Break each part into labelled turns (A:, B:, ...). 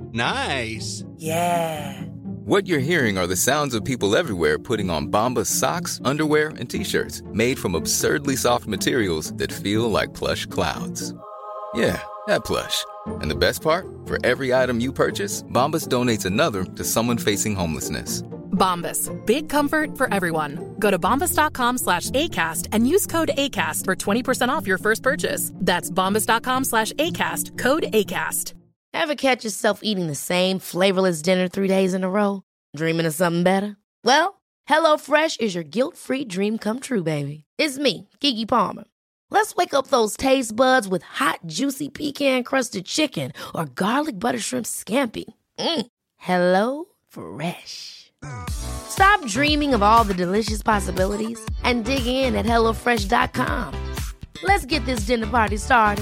A: Nice.
B: Yeah.
C: What you're hearing are the sounds of people everywhere putting on Bombas socks, underwear, and T-shirts made from absurdly soft materials that feel like plush clouds. Yeah, that plush. And the best part? For every item you purchase, Bombas donates another to someone facing homelessness.
D: Bombas. Big comfort for everyone. Go to bombas.com/ACAST and use code ACAST for 20% off your first purchase. That's bombas.com/ACAST. Code ACAST.
B: Ever catch yourself eating the same flavorless dinner 3 days in a row? Dreaming of something better? Well, HelloFresh is your guilt-free dream come true, baby. It's me, Keke Palmer. Let's wake up those taste buds with hot, juicy pecan-crusted chicken or garlic butter shrimp scampi. Hello Fresh. Stop dreaming of all the delicious possibilities and dig in at HelloFresh.com. Let's get this dinner party started.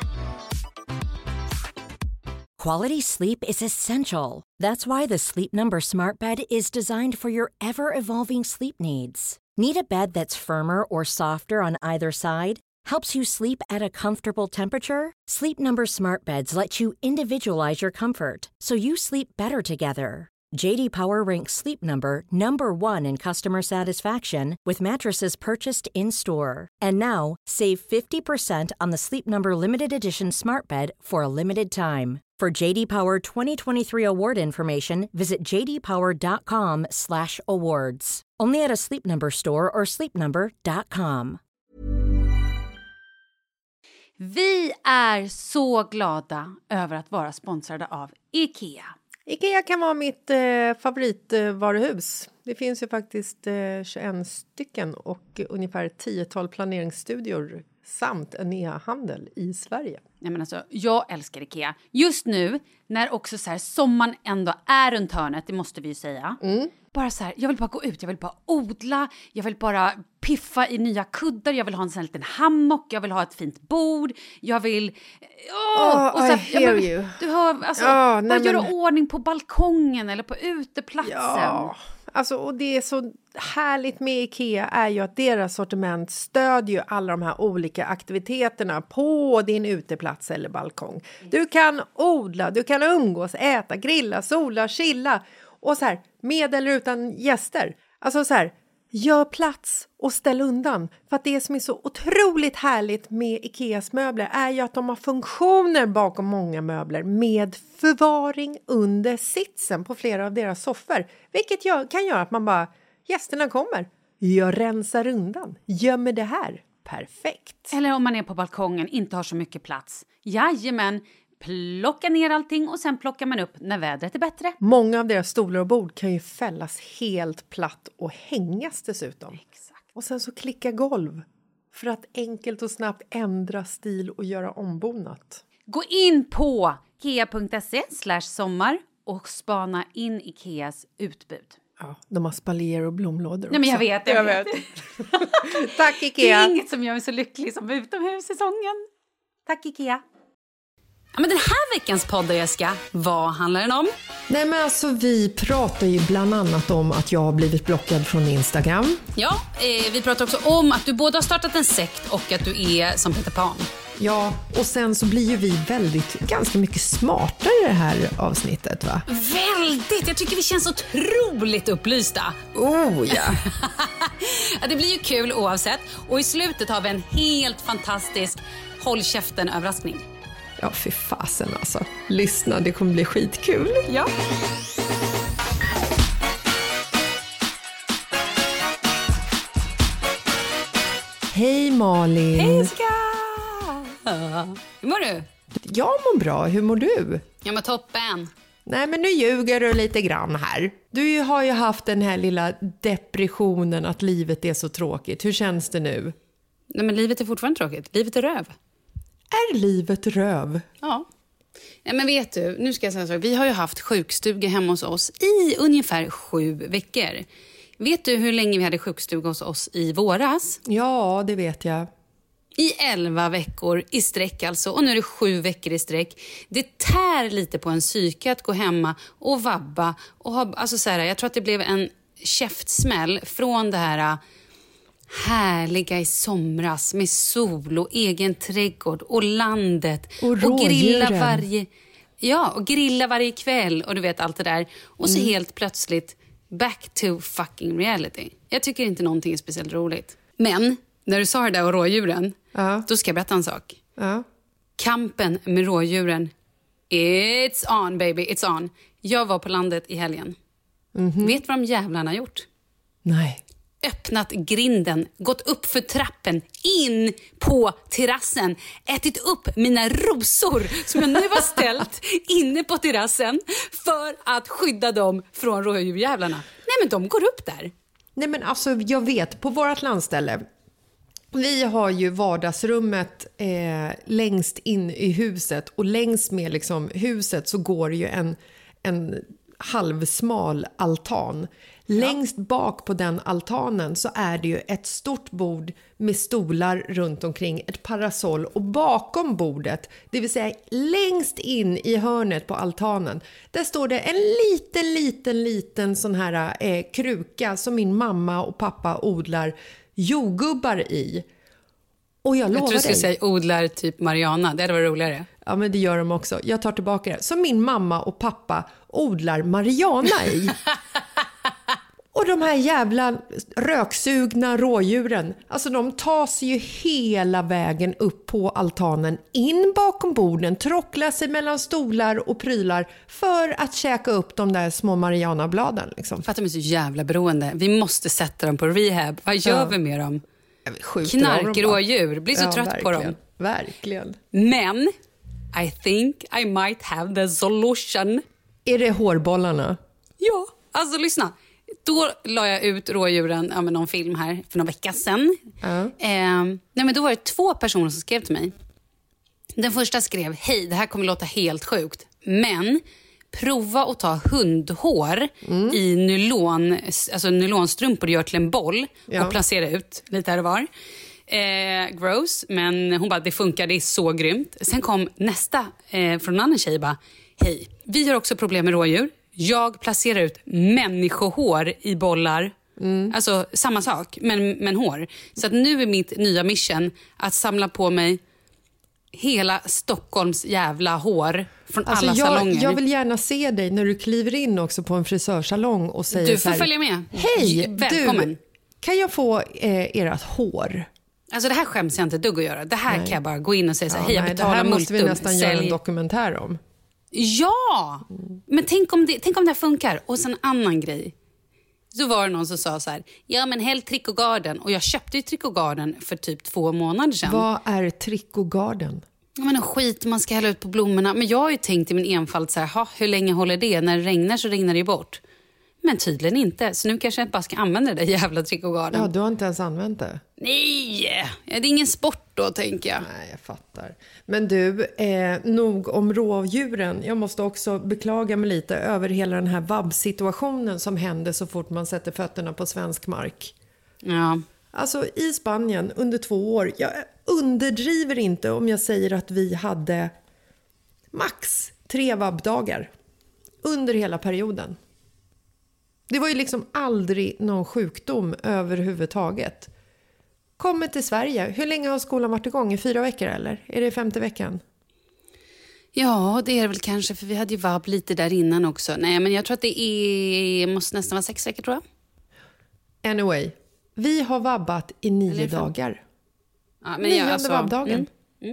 E: Quality sleep is essential. That's why the Sleep Number Smart Bed is designed for your ever-evolving sleep needs. Need a bed that's firmer or softer on either side? Helps you sleep at a comfortable temperature? Sleep Number Smart Beds let you individualize your comfort, so you sleep better together. J.D. Power ranks Sleep Number #1 in customer satisfaction with mattresses purchased in-store. And now, save 50% on the Sleep Number Limited Edition Smart Bed for a limited time. For J.D. Power 2023 award information, visit jdpower.com/awards. Only at a Sleep Number store or sleepnumber.com.
F: Vi är så glada över att vara sponsrade av IKEA.
G: IKEA kan vara mitt favoritvaruhus. Det finns ju faktiskt 21 stycken och ungefär 10-tal planeringsstudior samt en e-handel i Sverige.
F: Nej, men alltså, jag älskar IKEA. Just nu, när också så här, sommaren ändå är runt hörnet, det måste vi ju säga. Bara så här, jag vill bara gå ut, jag vill bara odla, jag vill bara piffa i nya kuddar, jag vill ha en sån här liten hammock, jag vill ha ett fint bord, jag vill... och så här,
G: you.
F: Du hör, alltså, bara göra ordning på balkongen eller på uteplatsen.
G: Ja, alltså, och det är så härligt med IKEA är ju att deras sortiment stödjer ju alla de här olika aktiviteterna på din uteplats eller balkong. Du kan odla, du kan umgås, äta, grilla, sola, chilla och så här, med eller utan gäster. Alltså så här, gör plats och ställ undan. För att det som är så otroligt härligt med IKEAs möbler är ju att de har funktioner bakom många möbler med förvaring under sitsen på flera av deras soffor. Vilket kan göra att man bara, gästerna kommer, jag rensar undan, gömmer det här. Perfekt.
F: Eller om man är på balkongen, inte har så mycket plats. Jajamän, plocka ner allting och sen plockar man upp när vädret är bättre.
G: Många av deras stolar och bord kan ju fällas helt platt och hängas dessutom.
F: Exakt.
G: Och sen så klicka golv för att enkelt och snabbt ändra stil och göra ombonat.
F: Gå in på ikea.se/sommar och spana in IKEAs utbud.
G: Ja, de har spaljer och blomlådor också.
F: Nej, men jag vet.
G: Tack IKEA.
F: Det är inget som gör mig så lycklig som utomhussäsongen. Tack IKEA. Ja, men den här veckans podd, Jessica, vad handlar den om?
G: Nej, men alltså vi pratar ju bland annat om att jag har blivit blockad från Instagram.
F: Ja, vi pratar också om att du både har startat en sekt och att du är som Peter Pan.
G: Ja, och sen så blir ju vi ganska mycket smartare i det här avsnittet, va?
F: Väldigt! Jag tycker vi känns otroligt upplysta.
G: Oh, ja.
F: Ja, det blir ju kul oavsett. Och i slutet har vi en helt fantastisk håll käften-överraskning.
G: Ja, för fasen alltså. Lyssna, det kommer bli skitkul.
F: Ja.
G: Hej Malin.
F: Hej Jessica! Hur mår du?
G: Jag mår bra, hur mår du?
F: Jag mår toppen.
G: Nej, men nu ljuger du lite grann här. Du har ju haft den här lilla depressionen att livet är så tråkigt. Hur känns det nu?
F: Nej, men livet är fortfarande tråkigt. Livet är röv.
G: Är livet röv?
F: Ja. Ja, men vet du, nu ska jag säga så. Vi har ju haft sjukstuga hemma hos oss i ungefär 7 veckor. Vet du hur länge vi hade sjukstuga hos oss i våras?
G: Ja, det vet jag.
F: I 11 veckor i sträck alltså. Och nu är det 7 veckor i sträck. Det tär lite på en psyke att gå hemma och vabba. Och ha, alltså så här, jag tror att det blev en käftsmäll från det här härliga i somras med sol och egen trädgård och landet. Och grilla varje... Ja, och grilla varje kväll och du vet allt det där. Och så helt plötsligt back to fucking reality. Jag tycker inte någonting är speciellt roligt. Men när du sa det där och rådjuren, då ska jag berätta en sak. Kampen med rådjuren, it's on baby, it's on. Jag var på landet i helgen. Vet vad de jävlarna har gjort?
G: Nej.
F: Öppnat grinden, gått upp för trappen, in på terrassen, ätit upp mina rosor som jag nu har ställt inne på terrassen för att skydda dem från rådjurjävlarna. Nej, men de går upp där.
G: Nej, men alltså jag vet, på vårt landställe, vi har ju vardagsrummet längst in i huset och längs med liksom huset så går ju en halvsmal altan. Längst bak på den altanen så är det ju ett stort bord med stolar runt omkring, ett parasoll, och bakom bordet, det vill säga längst in i hörnet på altanen, där står det en liten sån här kruka som min mamma och pappa odlar jordgubbar i. Och jag lovar dig. Jag tror du skulle säga
F: odlar typ Mariana, det hade varit roligare.
G: Ja, men det gör de också. Jag tar tillbaka det. Så min mamma och pappa odlar Mariana i. Och de här jävla röksugna rådjuren, alltså de tar sig ju hela vägen upp på altanen, in bakom borden, trocklar sig mellan stolar och prylar för att käka upp de där små Mariana-bladen. Liksom.
F: För att de är så jävla beroende. Vi måste sätta dem på rehab. Vad gör vi med dem? Knarkrådjur. Blir så trött
G: verkligen,
F: på dem.
G: Verkligen.
F: Men I think I might have the solution.
G: Är det hårbollarna?
F: Ja, alltså lyssna. Då la jag ut rådjuren med någon film här för några veckor sedan. Nej, men då var det 2 personer som skrev till mig. Den första skrev: hej, det här kommer låta helt sjukt, men prova att ta hundhår i nylonstrumpor och gör till en boll och placera ut lite här och var. Gross, men hon bara, det funkar, det är så grymt. Sen kom nästa från en annan tjej bara: hej, vi har också problem med rådjur. Jag placerar ut människohår i bollar. Alltså samma sak, men hår. Så att nu är mitt nya mission att samla på mig hela Stockholms jävla hår från alla salonger.
G: Jag vill gärna se dig när du kliver in också på en frisörsalong och säger
F: du får
G: så här,
F: följa med.
G: hej,
F: välkommen.
G: Du, kan jag få ert hår?
F: Alltså det här skäms jag inte dugg att göra. Det här kan jag bara gå in och säga så här, hej, jag betalar multum.
G: Det här måste vi nästan göra en dokumentär om.
F: Ja, men tänk om det här funkar. Och sen en annan grej. Så var det någon som sa så här: ja, men häll Trick & Garden. Och jag köpte ju Trick & Garden för typ 2 månader sedan.
G: Vad är Trick & Garden?
F: Ja, men skit man ska hälla ut på blommorna. Men jag har ju tänkt i min enfald så här, hur länge håller det? När det regnar så regnar det bort. Men tydligen inte. Så nu kanske jag bara ska använda det jävla Trick & Garden.
G: Ja, du har inte ens använt det.
F: Nej, det är ingen sport då, tänker jag.
G: Nej, jag fattar. Men du, nog om rådjuren. Jag måste också beklaga mig lite över hela den här vabbsituationen som händer så fort man sätter fötterna på svensk mark.
F: Ja.
G: Alltså i Spanien under 2 år, jag underdriver inte om jag säger att vi hade max 3 vabbdagar under hela perioden. Det var ju liksom aldrig någon sjukdom överhuvudtaget. Kommer till Sverige. Hur länge har skolan varit igång? I 4 veckor eller? Är det 5:e veckan?
F: Ja, det är det väl kanske, för vi hade ju vabb lite där innan också. Nej, men jag tror att det måste nästan vara 6 veckor, tror jag.
G: Anyway, vi har vabbat i 9 dagar.
F: Ja, men
G: 9:e vabbdagen.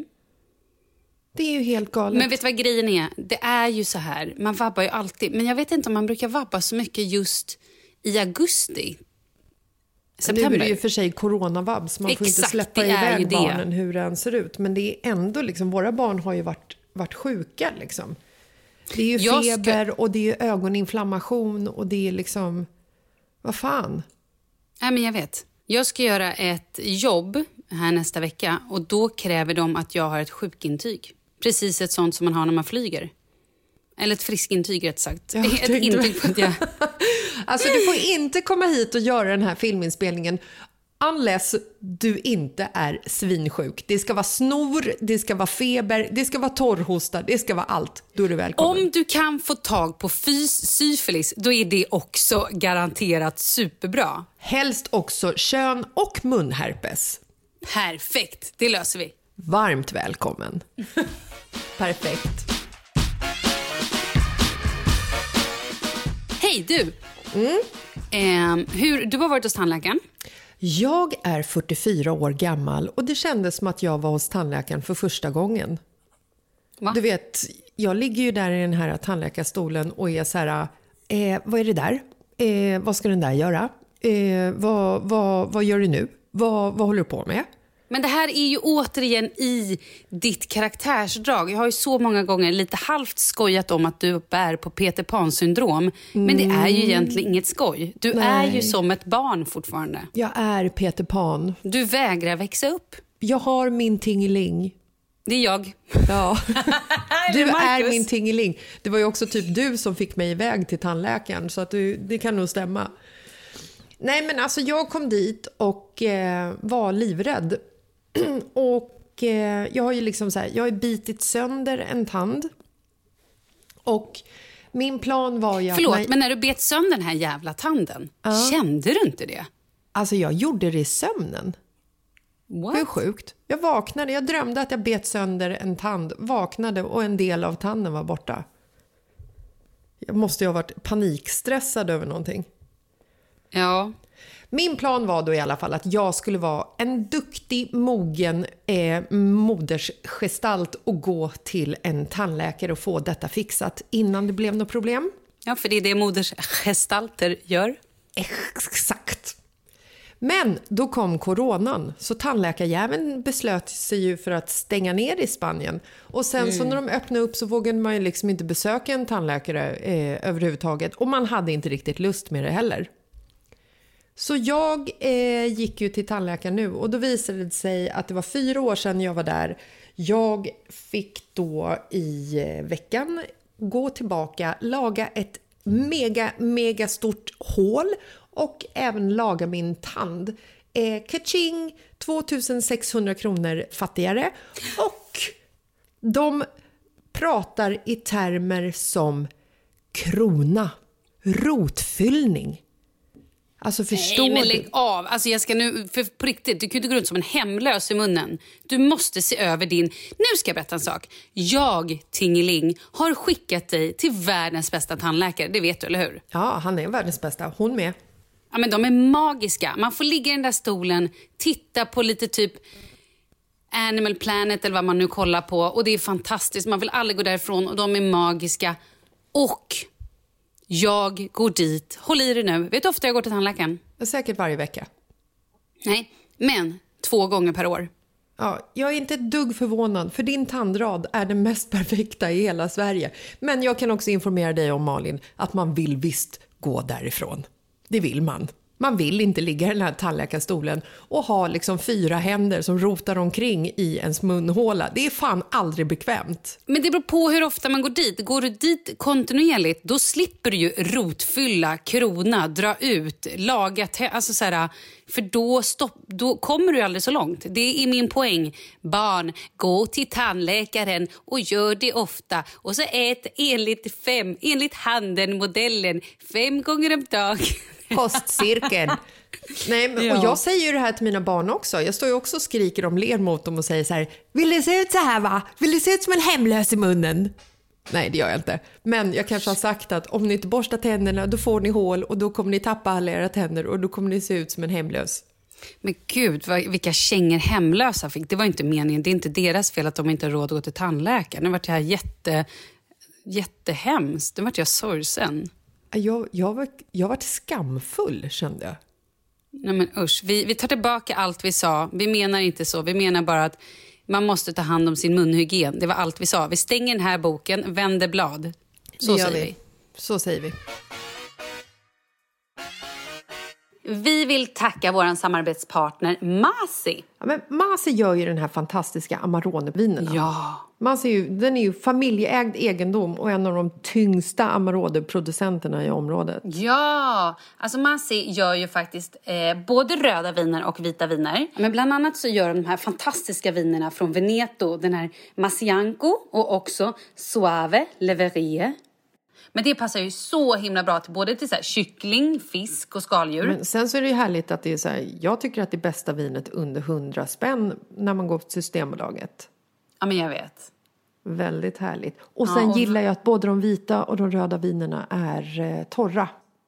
G: Det är ju helt galet.
F: Men vet du vad grejen är? Det är ju så här, man vabbar ju alltid. Men jag vet inte om man brukar vabba så mycket just i augusti. September.
G: Nu är det ju för sig coronavabb, så man får inte släppa iväg barnen hur den ser ut. Men det är ändå liksom, våra barn har ju varit sjuka liksom. Det är ju feber och det är ögoninflammation och det är liksom, vad fan?
F: Nej, men jag vet. Jag ska göra ett jobb här nästa vecka och då kräver de att jag har ett sjukintyg. Precis ett sånt som man har när man flyger. Eller ett friskintyg, rätt sagt. Ett intyg på att jag...
G: Alltså du får inte komma hit och göra den här filminspelningen unless du inte är svinsjuk. Det ska vara snor, det ska vara feber, det ska vara torrhosta, det ska vara allt. Då är du välkommen.
F: Om du kan få tag på syfilis, då är det också garanterat superbra.
G: Helst också kön- och munherpes.
F: Perfekt, det löser vi.
G: Varmt välkommen. Perfekt.
F: Hej du! Du har varit hos tandläkaren?
G: Jag är 44 år gammal och det kändes som att jag var hos tandläkaren för första gången.
F: Va?
G: Du vet, jag ligger ju där i den här tandläkarstolen och är så här, vad är det där? Vad ska den där göra? Vad gör du nu? Vad håller du på med?
F: Men det här är ju återigen i ditt karaktärsdrag. Jag har ju så många gånger lite halvt skojat om att du bär på Peter Pan-syndrom. Men det är ju egentligen inget skoj. Du är ju som ett barn fortfarande.
G: Jag är Peter Pan.
F: Du vägrar växa upp.
G: Jag har min tingeling.
F: Det är jag.
G: Ja. Du är min tingeling. Det var ju också typ du som fick mig iväg till tandläkaren. Så att det kan nog stämma. Nej, men alltså jag kom dit och var livrädd. Och jag har ju liksom så här, jag har bitit sönder en tand. Och min plan var ju att...
F: Förlåt, men när du bet sönder den här jävla tanden, kände du inte det?
G: Alltså jag gjorde det i sömnen.
F: What?
G: Hur sjukt? Jag vaknade, jag drömde att jag bet sönder en tand. Vaknade och en del av tanden var borta. Jag måste ju ha varit panikstressad över någonting.
F: Ja.
G: Min plan var då i alla fall att jag skulle vara en duktig, mogen modersgestalt och gå till en tandläkare och få detta fixat innan det blev något problem.
F: Ja, för det är det modersgestalter gör.
G: Exakt. Men då kom coronan, så tandläkarjäveln beslöt sig ju för att stänga ner i Spanien. Och sen så när de öppnade upp så vågade man ju liksom inte besöka en tandläkare överhuvudtaget. Och man hade inte riktigt lust med det heller. Så jag gick ju till tandläkaren nu och då visade det sig att det var 4 år sedan jag var där. Jag fick då i veckan gå tillbaka, laga ett mega stort hål och även laga min tand. Kaching, 2600 kronor fattigare. Och de pratar i termer som krona, rotfyllning. Alltså förstår du?
F: Nej, men lägg av. Alltså jag ska nu, för på riktigt, du kan inte gå runt som en hemlös i munnen. Du måste se över din... Nu ska jag berätta en sak. Jag, Tingeling, har skickat dig till världens bästa tandläkare. Det vet du, eller hur?
G: Ja, han är världens bästa. Hon med.
F: Ja, men de är magiska. Man får ligga i den där stolen, titta på lite typ Animal Planet eller vad man nu kollar på. Och det är fantastiskt. Man vill aldrig gå därifrån och de är magiska. Och... jag går dit. Håll i det nu. Vet du hur ofta jag går till tandläkaren?
G: Säkert varje vecka.
F: Nej, men 2 gånger per år.
G: Ja, jag är inte ett dugg förvånad, för din tandrad är den mest perfekta i hela Sverige. Men jag kan också informera dig om, Malin, att man vill visst gå därifrån. Det vill man. Man vill inte ligga i den här tandläkarstolen och ha liksom 4 händer som rotar omkring i ens munhåla. Det är fan aldrig bekvämt.
F: Men det beror på hur ofta man går dit. Går du dit kontinuerligt, då slipper du ju rotfylla, krona, dra ut, laga, alltså så här, för då kommer du aldrig så långt. Det är min poäng. Barn, gå till tandläkaren och gör det ofta. Och så ät enligt handen-modellen 5 gånger om dagen.
G: Kostcirkeln. Nej, men, och jag säger ju det här till mina barn också. Jag står ju också och skriker och ler mot dem och säger så här: vill det se ut så här, va? Vill det se ut som en hemlös i munnen? Nej, det gör jag inte. Men jag kanske har sagt att om ni inte borstar tänderna, då får ni hål och då kommer ni tappa alla era tänder och då kommer ni se ut som en hemlös.
F: Men gud, vilka kängor hemlösa fick. Det var inte meningen. Det är inte deras fel att de inte har råd att gå till tandläkaren. Nu vart det här jättehemskt. Nu vart jag sorgsen. Jag varit skamfull, kände jag. Nej men usch, vi tar tillbaka allt vi sa. Vi menar inte så. Vi menar bara att man måste ta hand om sin munhygien. Det var allt vi sa. Vi stänger den här boken, vänder blad. Så säger vi.
G: Så säger vi.
F: Vi vill tacka vår samarbetspartner Masi.
G: Ja, men Masi gör ju den här fantastiska Amarone-vinerna.
F: Ja.
G: Masi den är ju familjeägd egendom och en av de tyngsta Amarone-producenterna i området.
F: Ja, alltså Masi gör ju faktiskt både röda viner och vita viner. Men bland annat så gör de här fantastiska vinerna från Veneto. Den här Masianco och också Soave Leverie. Men det passar ju så himla bra till både till så här kyckling, fisk och skaldjur.
G: Men sen så är det ju härligt att det är så här, jag tycker att det bästa vinet under 100 spänn när man går på Systembolaget.
F: Ja, men jag vet.
G: Väldigt härligt. Och sen gillar jag att både de vita och de röda vinerna är torra.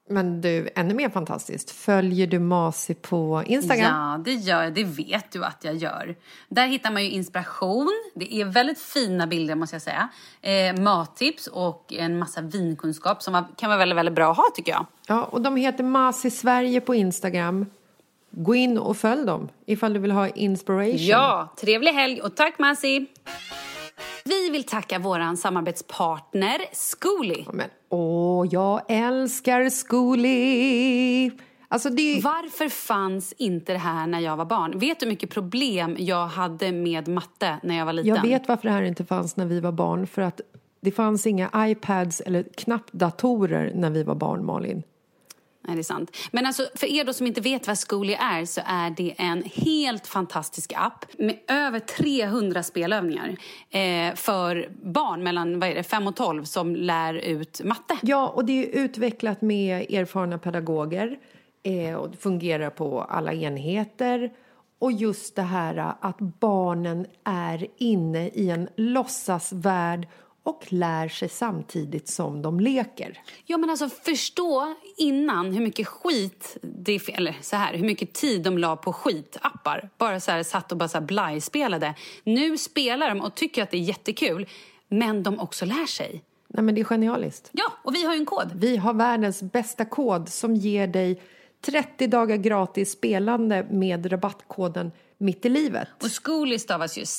G: Men du, ännu mer fantastiskt. Följer du Masi på Instagram?
F: Ja, det gör jag. Det vet du att jag gör. Där hittar man ju inspiration. Det är väldigt fina bilder, måste jag säga. Mattips och en massa vinkunskap som kan vara väldigt, väldigt bra att ha, tycker jag.
G: Ja, och de heter Masi Sverige på Instagram. Gå in och följ dem ifall du vill ha inspiration.
F: Ja, trevlig helg och tack Masi! Vi vill tacka våran samarbetspartner Zcooly.
G: Jag älskar Zcooly. Alltså
F: Varför fanns inte det här när jag var barn? Vet du hur mycket problem jag hade med matte när jag var liten?
G: Jag vet varför det här inte fanns när vi var barn. För att det fanns inga iPads eller knappt datorer när vi var barn, Malin.
F: Nej, det är sant. Men alltså, för er då som inte vet vad Zcooly är, så är det en helt fantastisk app med över 300 spelövningar för barn mellan 5 och 12 som lär ut matte.
G: Ja, och det är utvecklat med erfarna pedagoger och det fungerar på alla enheter. Och just det här att barnen är inne i en låtsasvärld och lär sig samtidigt som de leker.
F: Ja, men alltså förstå innan hur mycket skit hur mycket tid de la på skitappar. Bara så här satt och bara så här blajspelade. Nu spelar de och tycker att det är jättekul, men de också lär sig.
G: Nej, men det är genialiskt.
F: Ja, och vi har ju en kod.
G: Vi har världens bästa kod som ger dig 30 dagar gratis spelande med rabattkoden Mitt i livet.
F: Och Zcooly stavas ju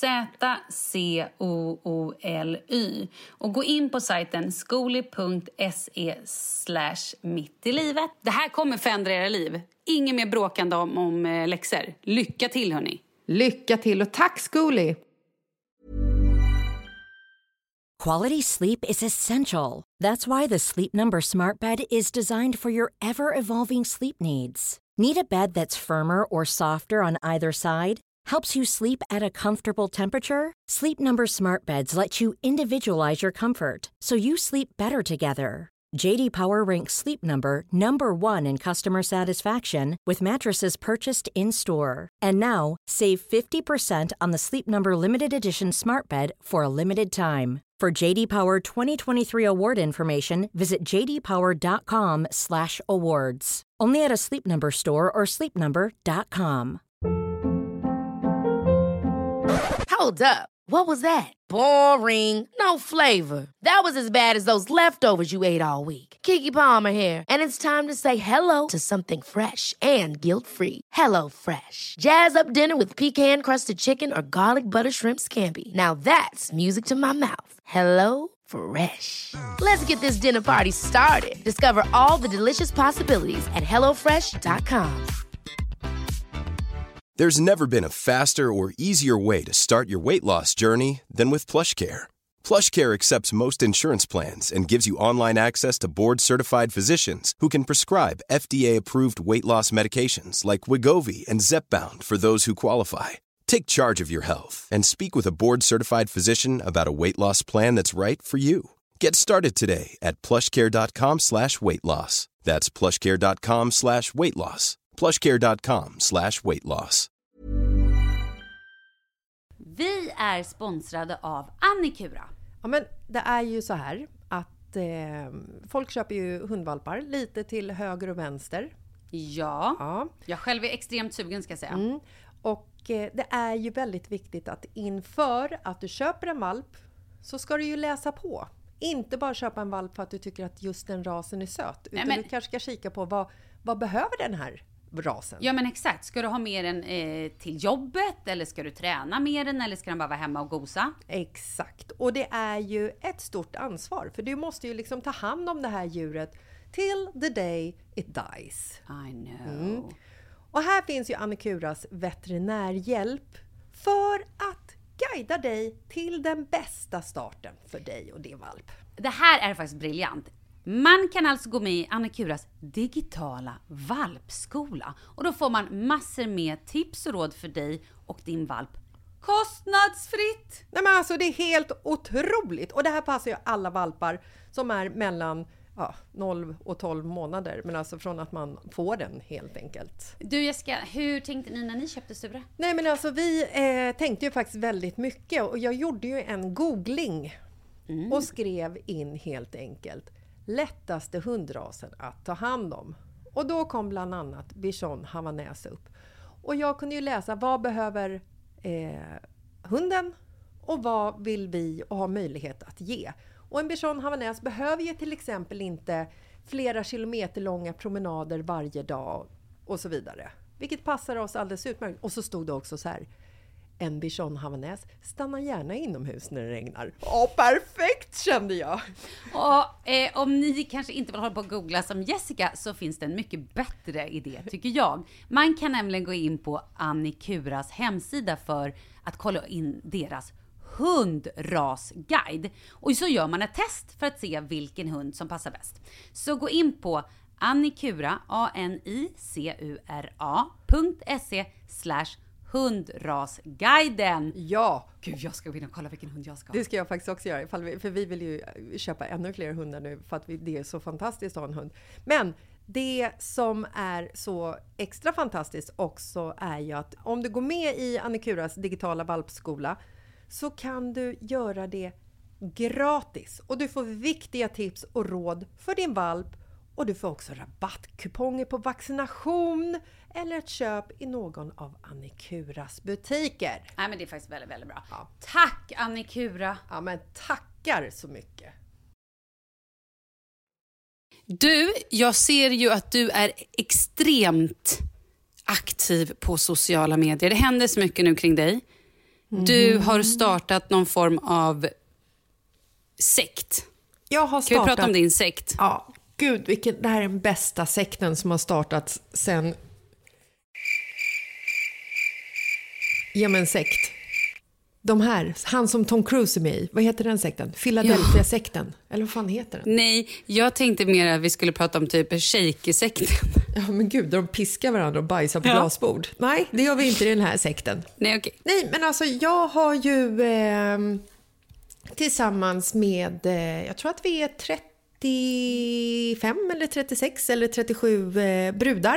F: Z-C-O-O-L-Y. Och gå in på sajten zcooly.se/mittilivet. Det här kommer förändra era liv. Ingen mer bråkande om läxor. Lycka till, hörni.
G: Lycka till och tack Zcooly!
E: Quality sleep is essential. That's why the Sleep Number Smart Bed is designed for your ever-evolving sleep needs. Need a bed that's firmer or softer on either side? Helps you sleep at a comfortable temperature? Sleep Number Smart Beds let you individualize your comfort, so you sleep better together. J.D. Power ranks Sleep Number #1 in customer satisfaction with mattresses purchased in-store. And now, save 50% on the Sleep Number Limited Edition Smart Bed for a limited time. For J.D. Power 2023 award information, visit jdpower.com/awards. Only at a Sleep Number store or sleepnumber.com.
B: Hold up. What was that? Boring. No flavor. That was as bad as those leftovers you ate all week. Keke Palmer here, and it's time to say hello to something fresh and guilt-free. Hello Fresh. Jazz up dinner with pecan-crusted chicken or garlic butter shrimp scampi. Now that's music to my mouth. Hello Fresh. Let's get this dinner party started. Discover all the delicious possibilities at hellofresh.com.
A: There's never been a faster or easier way to start your weight loss journey than with PlushCare. PlushCare accepts most insurance plans and gives you online access to board-certified physicians who can prescribe FDA-approved weight loss medications like Wegovy and Zepbound for those who qualify. Take charge of your health and speak with a board-certified physician about a weight loss plan that's right for you. Get started today at plushcare.com/weightloss. That's plushcare.com/weightloss. plushcare.com/weightloss.
F: Vi är sponsrade av Annikura.
G: Ja, men det är ju så här att folk köper ju hundvalpar lite till höger och vänster.
F: Ja. Jag själv är extremt sugen, ska jag säga.
G: Och det är ju väldigt viktigt att inför att du köper en valp så ska du ju läsa på. Inte bara köpa en valp för att du tycker att just den rasen är söt. Utan du kanske ska kika på vad behöver den här rasen.
F: Ja, men exakt. Ska du ha med den till jobbet? Eller ska du träna med den? Eller ska den bara vara hemma och gosa?
G: Exakt. Och det är ju ett stort ansvar. För du måste ju liksom ta hand om det här djuret till the day it dies.
F: I know.
G: Och här finns ju Annikuras veterinärhjälp för att guida dig till den bästa starten för dig och din valp.
F: Det här är faktiskt briljant. Man kan alltså gå med i Annikuras digitala valpskola. Och då får man massor med tips och råd för dig och din valp. Kostnadsfritt!
G: Nej, men alltså det är helt otroligt. Och det här passar ju alla valpar som är mellan 0 och 12 månader. Men alltså från att man får den helt enkelt.
F: Du Jessica, hur tänkte ni när ni köpte Sture?
G: Nej, men alltså vi tänkte ju faktiskt väldigt mycket. Och jag gjorde ju en googling och skrev in helt enkelt: lättaste hundrasen att ta hand om. Och då kom bland annat Bichon Havanäs upp. Och jag kunde ju läsa vad behöver hunden och vad vill vi och ha möjlighet att ge. Och en Bichon Havanäs behöver ju till exempel inte flera kilometer långa promenader varje dag och så vidare. Vilket passar oss alldeles utmärkt. Och så stod det också så här: en Bichon Havanäs stannar gärna inomhus när det regnar. Perfekt, kände jag.
F: Och om ni kanske inte vill hålla på att googla som Jessica, så finns det en mycket bättre idé, tycker jag. Man kan nämligen gå in på Annikuras hemsida för att kolla in deras hundrasguide. Och så gör man ett test för att se vilken hund som passar bäst. Så gå in på Annikura, anicura.se/hundrasguiden.
G: Ja.
F: Gud, jag ska gå in och kolla vilken hund jag ska ha.
G: Det ska jag faktiskt också göra. För vi vill ju köpa ännu fler hundar nu. För att det är så fantastiskt att ha en hund. Men det som är så extra fantastiskt också är ju att om du går med i Annikuras digitala valpskola, så kan du göra det gratis. Och du får viktiga tips och råd för din valp. Och du får också rabattkuponger på vaccination eller ett köp i någon av Annikuras butiker.
F: Nej, men det är faktiskt väldigt, väldigt bra.
G: Ja.
F: Tack, Annikura.
G: Ja, men tackar så mycket.
F: Du, jag ser ju att du är extremt aktiv på sociala medier. Det händer så mycket nu kring dig. Du har startat någon form av sekt.
G: Jag har
F: Kan vi prata om din sekt?
G: Ja, gud, det här är den bästa sekten som har startats sen... Ja, men sekt. De här, han som Tom Cruise är med i. Vad heter den sekten? Philadelphia-sekten. Eller vad fan heter den?
F: Nej, jag tänkte mer att vi skulle prata om typ shaker-sekten.
G: Ja, men gud, de piskar varandra och bajsar på glasbord. Nej, det gör vi inte i den här sekten.
F: Nej, okej.
G: Nej, men alltså jag har ju tillsammans med, jag tror att vi är 35 eller 36 eller 37 brudar.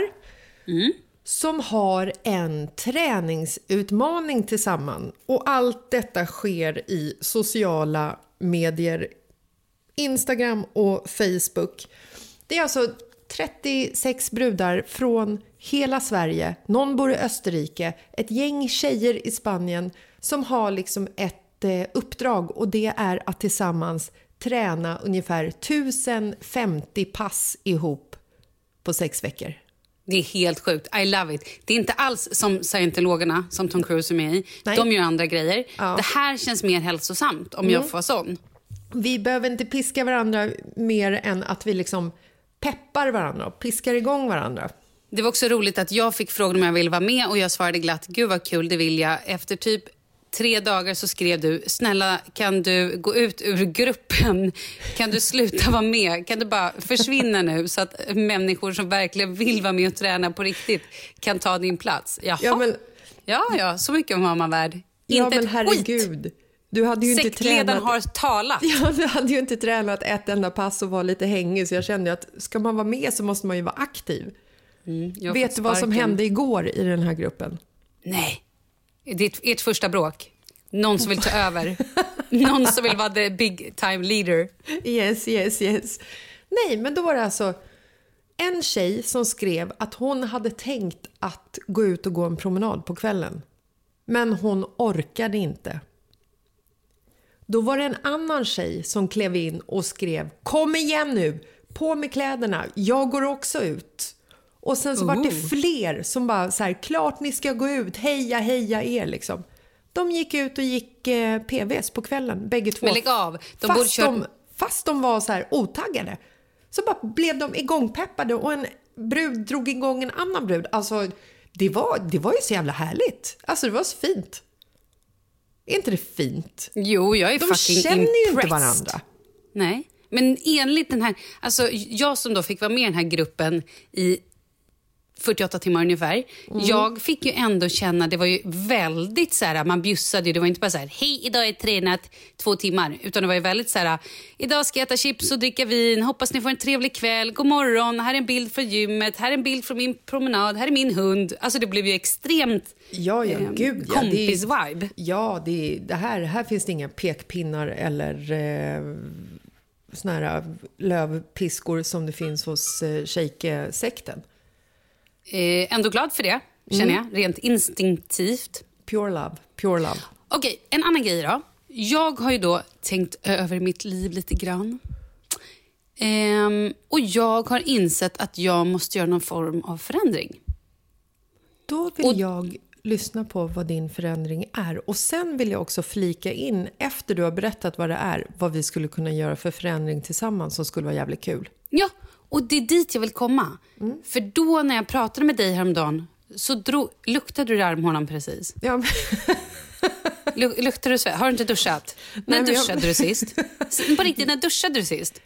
G: Som har en träningsutmaning tillsammans. Och allt detta sker i sociala medier, Instagram och Facebook. Det är alltså 36 brudar från hela Sverige. Någon bor i Österrike. Ett gäng tjejer i Spanien som har liksom ett uppdrag. Och det är att tillsammans träna ungefär 1050 pass ihop på 6 veckor.
F: Det är helt sjukt. I love it. Det är inte alls som scientologerna som Tom Cruise är med i.
G: Nej.
F: De gör andra grejer.
G: Ja.
F: Det här känns mer hälsosamt om jag får vara sån.
G: Vi behöver inte piska varandra mer än att vi liksom peppar varandra och piskar igång varandra.
F: Det var också roligt att jag fick frågan om jag ville vara med och jag svarade glatt, gud vad kul, det vill jag. Efter typ 3 dagar så skrev du, snälla kan du gå ut ur gruppen? Kan du sluta vara med? Kan du bara försvinna nu så att människor som verkligen vill vara med och träna på riktigt kan ta din plats? Jaha. Ja, så mycket var man värd.
G: Ja,
F: inte
G: men
F: ett
G: herregud.
F: skit.
G: Du hade ju inte
F: Sektledaren har talat.
G: Ja, du hade ju inte tränat ett enda pass och var lite hängig, så jag kände att ska man vara med så måste man ju vara aktiv. Vet du vad som hände igår i den här gruppen?
F: Nej. Det är ert första bråk. Någon som vill ta över. Någon som vill vara the big time leader.
G: Yes. Nej, men då var det alltså en tjej som skrev att hon hade tänkt att gå ut och gå en promenad på kvällen. Men hon orkade inte. Då var det en annan tjej som klev in och skrev, kom igen nu, på med kläderna, jag går också ut. Och sen så var det fler som bara så här, klart ni ska gå ut, heja er liksom. De gick ut och gick PVs på kvällen, bägge två.
F: Men lägg av.
G: Fast de var så här otaggade. Så bara blev de igångpeppade och en brud drog igång en annan brud. Alltså, det var ju så jävla härligt. Alltså, det var så fint. Är inte det fint?
F: Jo, jag är fucking impressed.
G: De känner ju inte varandra.
F: Nej, men enligt den här... Alltså, jag som då fick vara med i den här gruppen i 48 timmar ungefär. Jag fick ju ändå känna, det var ju väldigt så här, man bjussade ju, det var inte bara så här, hej, idag har jag tränat 2 timmar, utan det var ju väldigt så här, idag ska jag äta chips och dricka vin, hoppas ni får en trevlig kväll, god morgon, här är en bild från gymmet, här är en bild från min promenad, här är min hund. Alltså det blev ju extremt kompis-vibe.
G: Ja, det här finns det inga pekpinnar eller såna här lövpiskor som det finns hos Sheikh-sekten.
F: Ändå glad för det, känner jag. Rent instinktivt.
G: Pure love.
F: Okej, en annan grej då. Jag har ju då tänkt över mitt liv lite grann. Och jag har insett att jag måste göra någon form av förändring.
G: Då vill jag lyssna på vad din förändring är. Och sen vill jag också flika in, efter du har berättat vad det är, vad vi skulle kunna göra för förändring tillsammans som skulle vara jävligt kul.
F: Ja, och det är dit jag vill komma. För då när jag pratade med dig häromdagen så luktade du i armhålan precis.
G: Ja, men...
F: Luktar du svett? Har du inte duschat? När duschade du sist? På riktigt, när duschade du sist?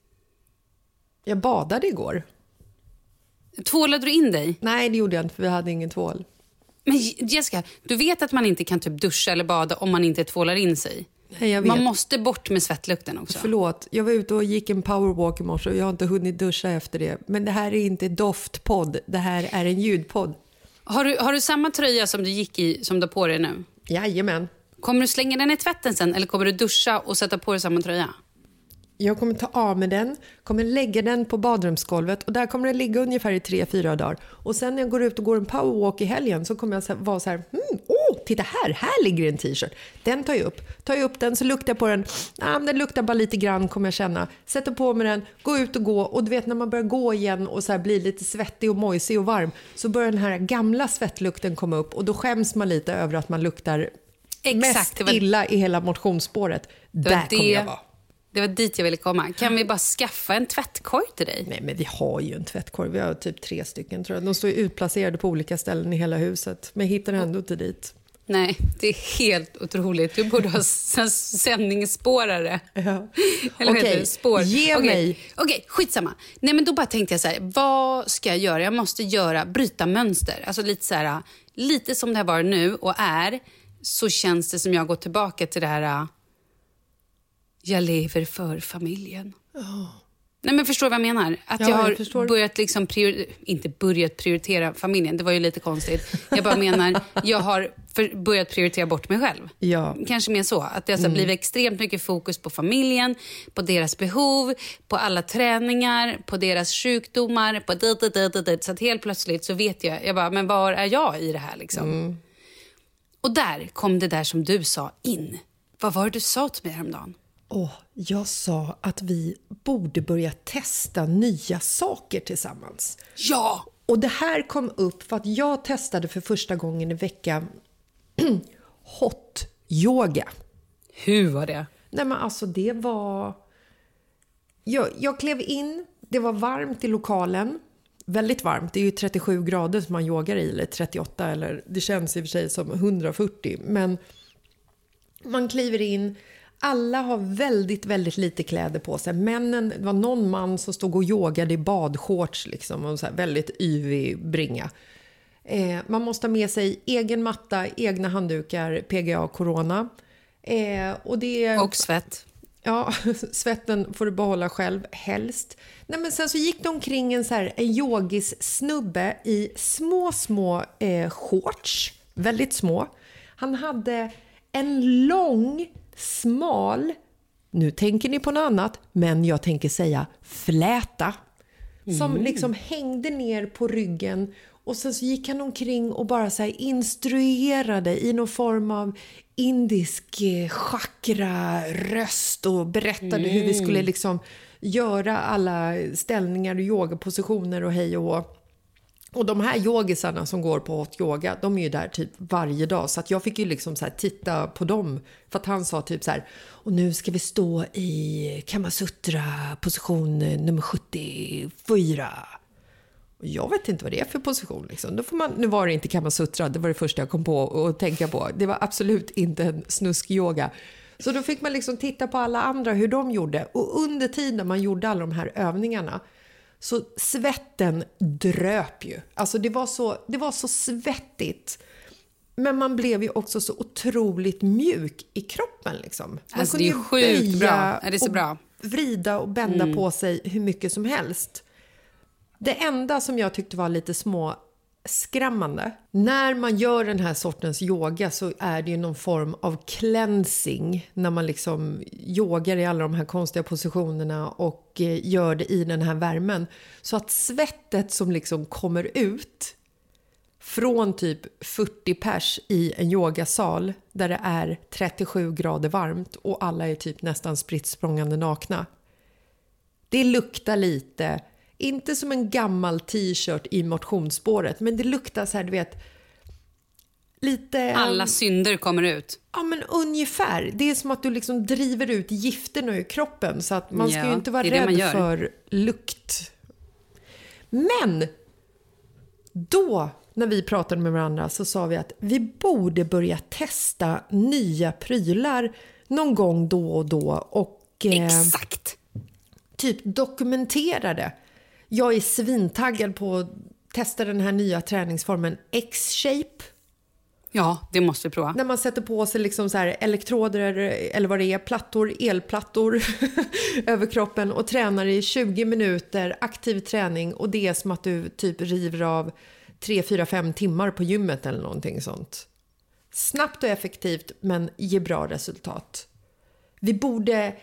G: Jag badade igår.
F: Tvålade du in dig?
G: Nej, det gjorde jag inte, för vi hade ingen tvål.
F: Men Jessica, du vet att man inte kan typ duscha eller bada om man inte tvålar in sig.
G: Nej, jag vet.
F: Man måste bort med svettlukten också.
G: Förlåt, jag var ute och gick en powerwalk i morse och jag har inte hunnit duscha efter det. Men det här är inte doftpodd, det här är en ljudpodd.
F: Har du samma tröja som du gick i som du har på dig nu?
G: Jajamän.
F: Kommer du slänga den i tvätten sen eller kommer du duscha och sätta på dig samma tröja?
G: Jag kommer ta av med den, kommer lägga den på badrumsgolvet och där kommer den ligga ungefär i 3-4 dagar. Och sen när jag går ut och går en powerwalk i helgen så kommer jag vara så här, titta här ligger en t-shirt. Den tar jag upp den så luktar jag på den, den luktar bara lite grann kommer jag känna. Sätter på mig den, gå ut och gå och du vet när man börjar gå igen och så här blir lite svettig och mojsig och varm så börjar den här gamla svettlukten komma upp och då skäms man lite över att man luktar mest illa i hela motionsspåret. Där kommer jag vara.
F: Det var dit jag ville komma. Kan vi bara skaffa en tvättkorg till dig?
G: Nej, men vi har ju en tvättkorg. Vi har typ 3 stycken tror jag. De står ju utplacerade på olika ställen i hela huset. Men jag hittar ändå inte dit.
F: Nej, det är helt otroligt. Du borde ha sändningsspårare.
G: Ja.
F: Eller heter det? Spår.
G: Ge mig.
F: Okej, skitsamma. Nej, men då bara tänkte jag så här, vad ska jag göra? Jag måste bryta mönster. Alltså lite så här, lite som det har varit nu och är, så känns det som jag går tillbaka till det här. Jag lever för familjen. Nej, men förstår du vad jag menar? Att jag har börjat liksom inte börjat prioritera familjen. Det var ju lite konstigt. Jag bara menar, jag har börjat prioritera bort mig själv.
G: Ja.
F: Kanske mer så. Att det har blivit extremt mycket fokus på familjen, på deras behov, på alla träningar, på deras sjukdomar, på det. Så att helt plötsligt så vet jag bara, men var är jag i det här liksom? Och där kom det där som du sa in. Vad var det du sa till mig häromdagen?
G: Jag sa att vi borde börja testa nya saker tillsammans.
F: Ja!
G: Och det här kom upp för att jag testade för första gången i veckan hot yoga.
F: Hur var det?
G: Nej, men alltså det var... Jag klev in, det var varmt i lokalen. Väldigt varmt, det är ju 37 grader som man yogar i, eller 38, eller det känns i och för sig som 140. Men man kliver in... Alla har väldigt, väldigt lite kläder på sig. Männen, det var någon man som stod och yogade i badshorts liksom, och så här väldigt yvig bringa. Man måste ha med sig egen matta, egna handdukar, PGA, corona. Och
F: svett.
G: Ja, svetten får du behålla själv, helst. Nej, men sen så gick det omkring en yogis snubbe i små shorts, väldigt små. Han hade en lång... smal, nu tänker ni på något annat, men jag tänker säga fläta som liksom hängde ner på ryggen och sen så gick han omkring och bara så här instruerade i någon form av indisk chakra röst och berättade hur vi skulle liksom göra alla ställningar och yogapositioner och hej och hå. Och de här yogisarna som går på hot yoga, de är ju där typ varje dag. Så att jag fick ju liksom så här titta på dem. För att han sa typ så här, och nu ska vi stå i Kamasutra position nummer 74. Och jag vet inte vad det är för position liksom. Då får man, nu var det inte Kamasutra, det var det första jag kom på att tänka på. Det var absolut inte en snusk-yoga. Så då fick man liksom titta på alla andra hur de gjorde. Och under tiden man gjorde alla de här övningarna, så svetten dröp ju. Alltså det var så svettigt. Men man blev ju också så otroligt mjuk i kroppen liksom. Man
F: alltså
G: kunde
F: det är sjukt bra. Det är så bra.
G: Vrida och bända på sig hur mycket som helst. Det enda som jag tyckte var lite skrämmande. När man gör den här sortens yoga så är det ju någon form av cleansing. När man liksom yogar i alla de här konstiga positionerna och gör det i den här värmen. Så att svettet som liksom kommer ut från typ 40 pers i en yogasal där det är 37 grader varmt och alla är typ nästan spritt språngande nakna. Det luktar lite, inte som en gammal t-shirt i motionsspåret, men det luktar så här, du vet, lite...
F: Alla synder kommer ut.
G: Ja, men ungefär. Det är som att du liksom driver ut gifterna ur kroppen, så att man ska ju inte vara rädd för lukt. Men då, när vi pratade med varandra, så sa vi att vi borde börja testa nya prylar någon gång då och då och
F: Exakt.
G: Typ dokumentera det. Jag är svintaggad på att testa den här nya träningsformen X-shape.
F: Ja, det måste vi prova.
G: När man sätter på sig liksom så här elektroder eller vad det är, plattor, elplattor över kroppen och tränar i 20 minuter aktiv träning, och det är som att du typ river av 3-4-5 timmar på gymmet eller någonting sånt. Snabbt och effektivt, men ger bra resultat. Vi borde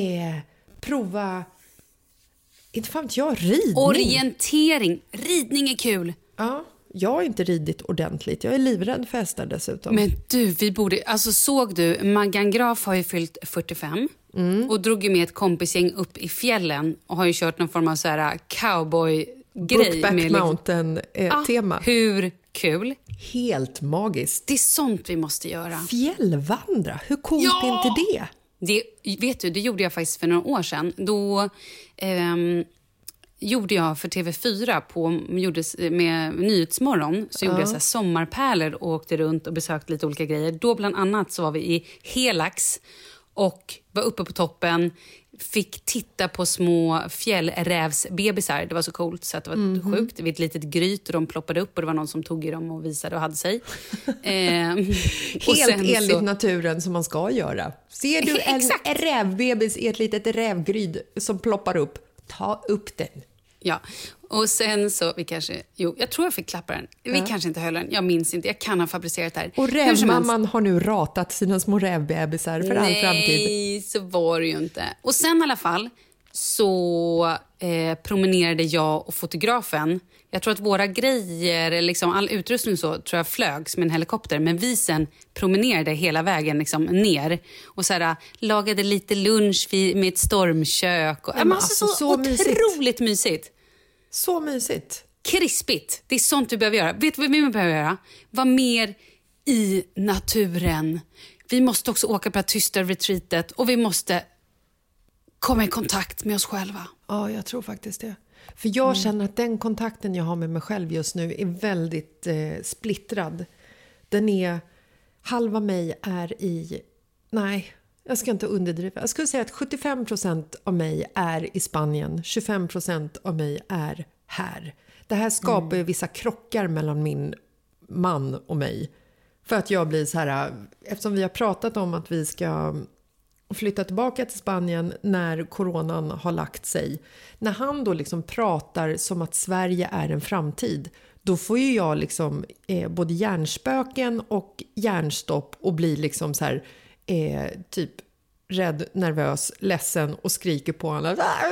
G: prova, inte fan vet jag, ridning.
F: Orientering. Ridning är kul.
G: Ja, jag har inte ridit ordentligt. Jag är livrädd för hästar dessutom.
F: Men du, vi borde... Alltså såg du, Maggan Graf har ju fyllt 45 och drog ju med ett kompisgäng upp i fjällen och har ju kört någon form av så här cowboy-grej.
G: Brokeback
F: med
G: Mountain-tema.
F: Hur kul?
G: Helt magiskt.
F: Det är sånt vi måste göra.
G: Fjällvandra, hur coolt är inte det?
F: Vet du, det gjorde jag faktiskt för några år sedan. Då gjorde jag för TV4 med Nyhetsmorgon. Så gjorde jag så här sommarpärlor och åkte runt och besökte lite olika grejer. Då bland annat så var vi i Helax och var uppe på toppen. Fick titta på små fjällrävsbebisar. Det var så coolt så att det var sjukt. Det var ett litet gryt och de ploppade upp och det var någon som tog i dem och visade och hade sig.
G: Helt enligt naturen som man ska göra. Ser du en rävbebis i ett litet rävgryd som ploppar upp, ta upp den.
F: Ja, och sen så jag tror jag fick klappa den. Vi kanske inte höll den, jag minns inte. Jag kan ha fabricerat det här.
G: Och rävmamman har nu ratat sina små rävbebisar för all framtid.
F: Nej, så var det ju inte. Och sen i alla fall så promenerade jag och fotografen. Jag tror att våra grejer, liksom all utrustning så, tror jag flögs med en helikopter. Men vi sen promenerade hela vägen liksom ner. Och så här, lagade lite lunch med ett stormkök. Och, så otroligt mysigt.
G: Så mysigt.
F: Krispigt. Det är sånt vi behöver göra. Vet du vad vi behöver göra? Var mer i naturen. Vi måste också åka på det här tysta retreatet. Och vi måste komma i kontakt med oss själva.
G: Ja, jag tror faktiskt det. För jag känner att den kontakten jag har med mig själv just nu är väldigt splittrad. Den är... Halva mig är i... Nej, jag ska inte underdriva. Jag skulle säga att 75% av mig är i Spanien. 25% av mig är här. Det här skapar ju vissa krockar mellan min man och mig. För att jag blir så här... Eftersom vi har pratat om att vi ska flytta tillbaka till Spanien när coronan har lagt sig. När han då liksom pratar som att Sverige är en framtid, då får ju jag liksom både hjärnspöken och hjärnstopp och blir liksom så här typ rädd, nervös, ledsen och skriker på honom.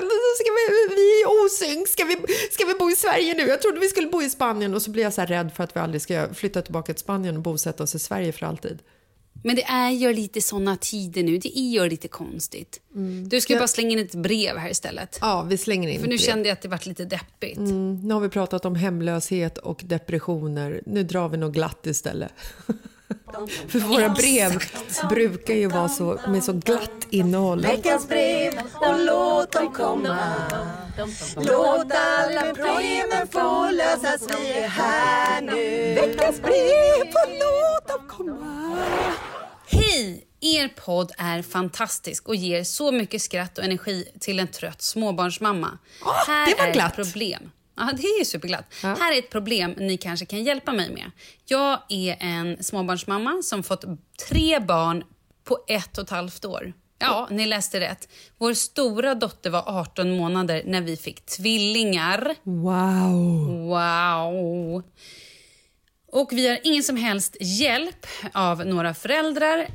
G: Vi är osynk, ska vi bo i Sverige nu? Jag trodde vi skulle bo i Spanien. Och så blir jag så här rädd för att vi aldrig ska flytta tillbaka till Spanien och bosätta oss i Sverige för alltid.
F: Men det är ju lite såna tider nu. Det är ju lite konstigt. Du ska bara slänga in ett brev här istället.
G: Ja, vi slänger in.
F: För nu kände jag att det var lite deppigt.
G: Nu har vi pratat om hemlöshet och depressioner. Nu drar vi nog glatt istället. För våra brev brukar ju vara så med så glatt innehåll.
H: Veckans brev och låt dem komma. Låt alla breven få lösas, vi är här nu. Veckans brev och låt dem komma.
F: Hej! Er podd är fantastisk och ger så mycket skratt och energi till en trött småbarnsmamma. Här
G: det var
F: är
G: glatt.
F: Ett problem. Ja, det är ju superglatt. Ja. Här är ett problem ni kanske kan hjälpa mig med. Jag är en småbarnsmamma som fått 3 barn på 1,5 år. Ja, ni läste rätt. Vår stora dotter var 18 månader när vi fick tvillingar.
G: Wow.
F: Och vi har ingen som helst hjälp av några föräldrar.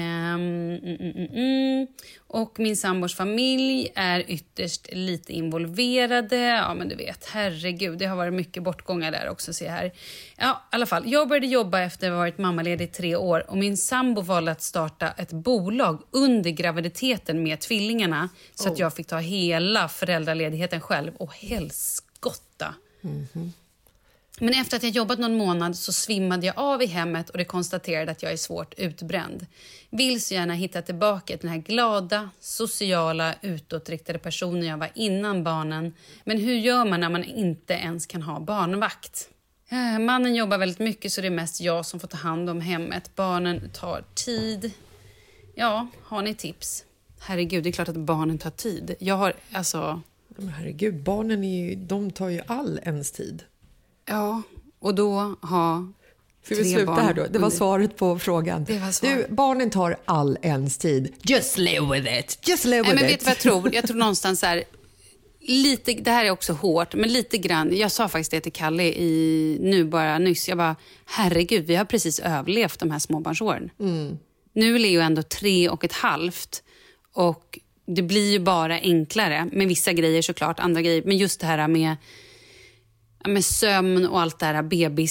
F: Och min sambors familj är ytterst lite involverade. Ja, men du vet, herregud, det har varit mycket bortgångar där också, se här. Ja, i alla fall, jag började jobba efter att ha varit mammaledig i 3 år. Och min sambo valde att starta ett bolag under graviditeten med tvillingarna. Så att jag fick ta hela föräldraledigheten själv. Och helskotta. Men efter att jag jobbat någon månad så svimmade jag av i hemmet och det konstaterade att jag är svårt utbränd. Vill så gärna hitta tillbaka till den här glada, sociala, utåtriktade personen jag var innan barnen. Men hur gör man när man inte ens kan ha barnvakt? Mannen jobbar väldigt mycket så det är mest jag som får ta hand om hemmet. Barnen tar tid. Ja, har ni tips? Herregud, det är klart att barnen tar tid. Jag har, alltså...
G: Men herregud, barnen de tar ju all ens tid.
F: Ja, och då ha...
G: Får vi sluta här då? Det var svaret på frågan.
F: Det var svaret.
G: Du, barnen tar all ens tid. Just live with it. Just live with
F: men
G: it.
F: Vet du vad jag tror? Jag tror någonstans så här... Lite, det här är också hårt, men lite grann. Jag sa faktiskt det till Kalle nyss. Jag bara, herregud, vi har precis överlevt de här småbarnsåren. Nu är det ju ändå 3,5. Och det blir ju bara enklare. Med vissa grejer såklart, andra grejer. Men just det här med sömn och allt det här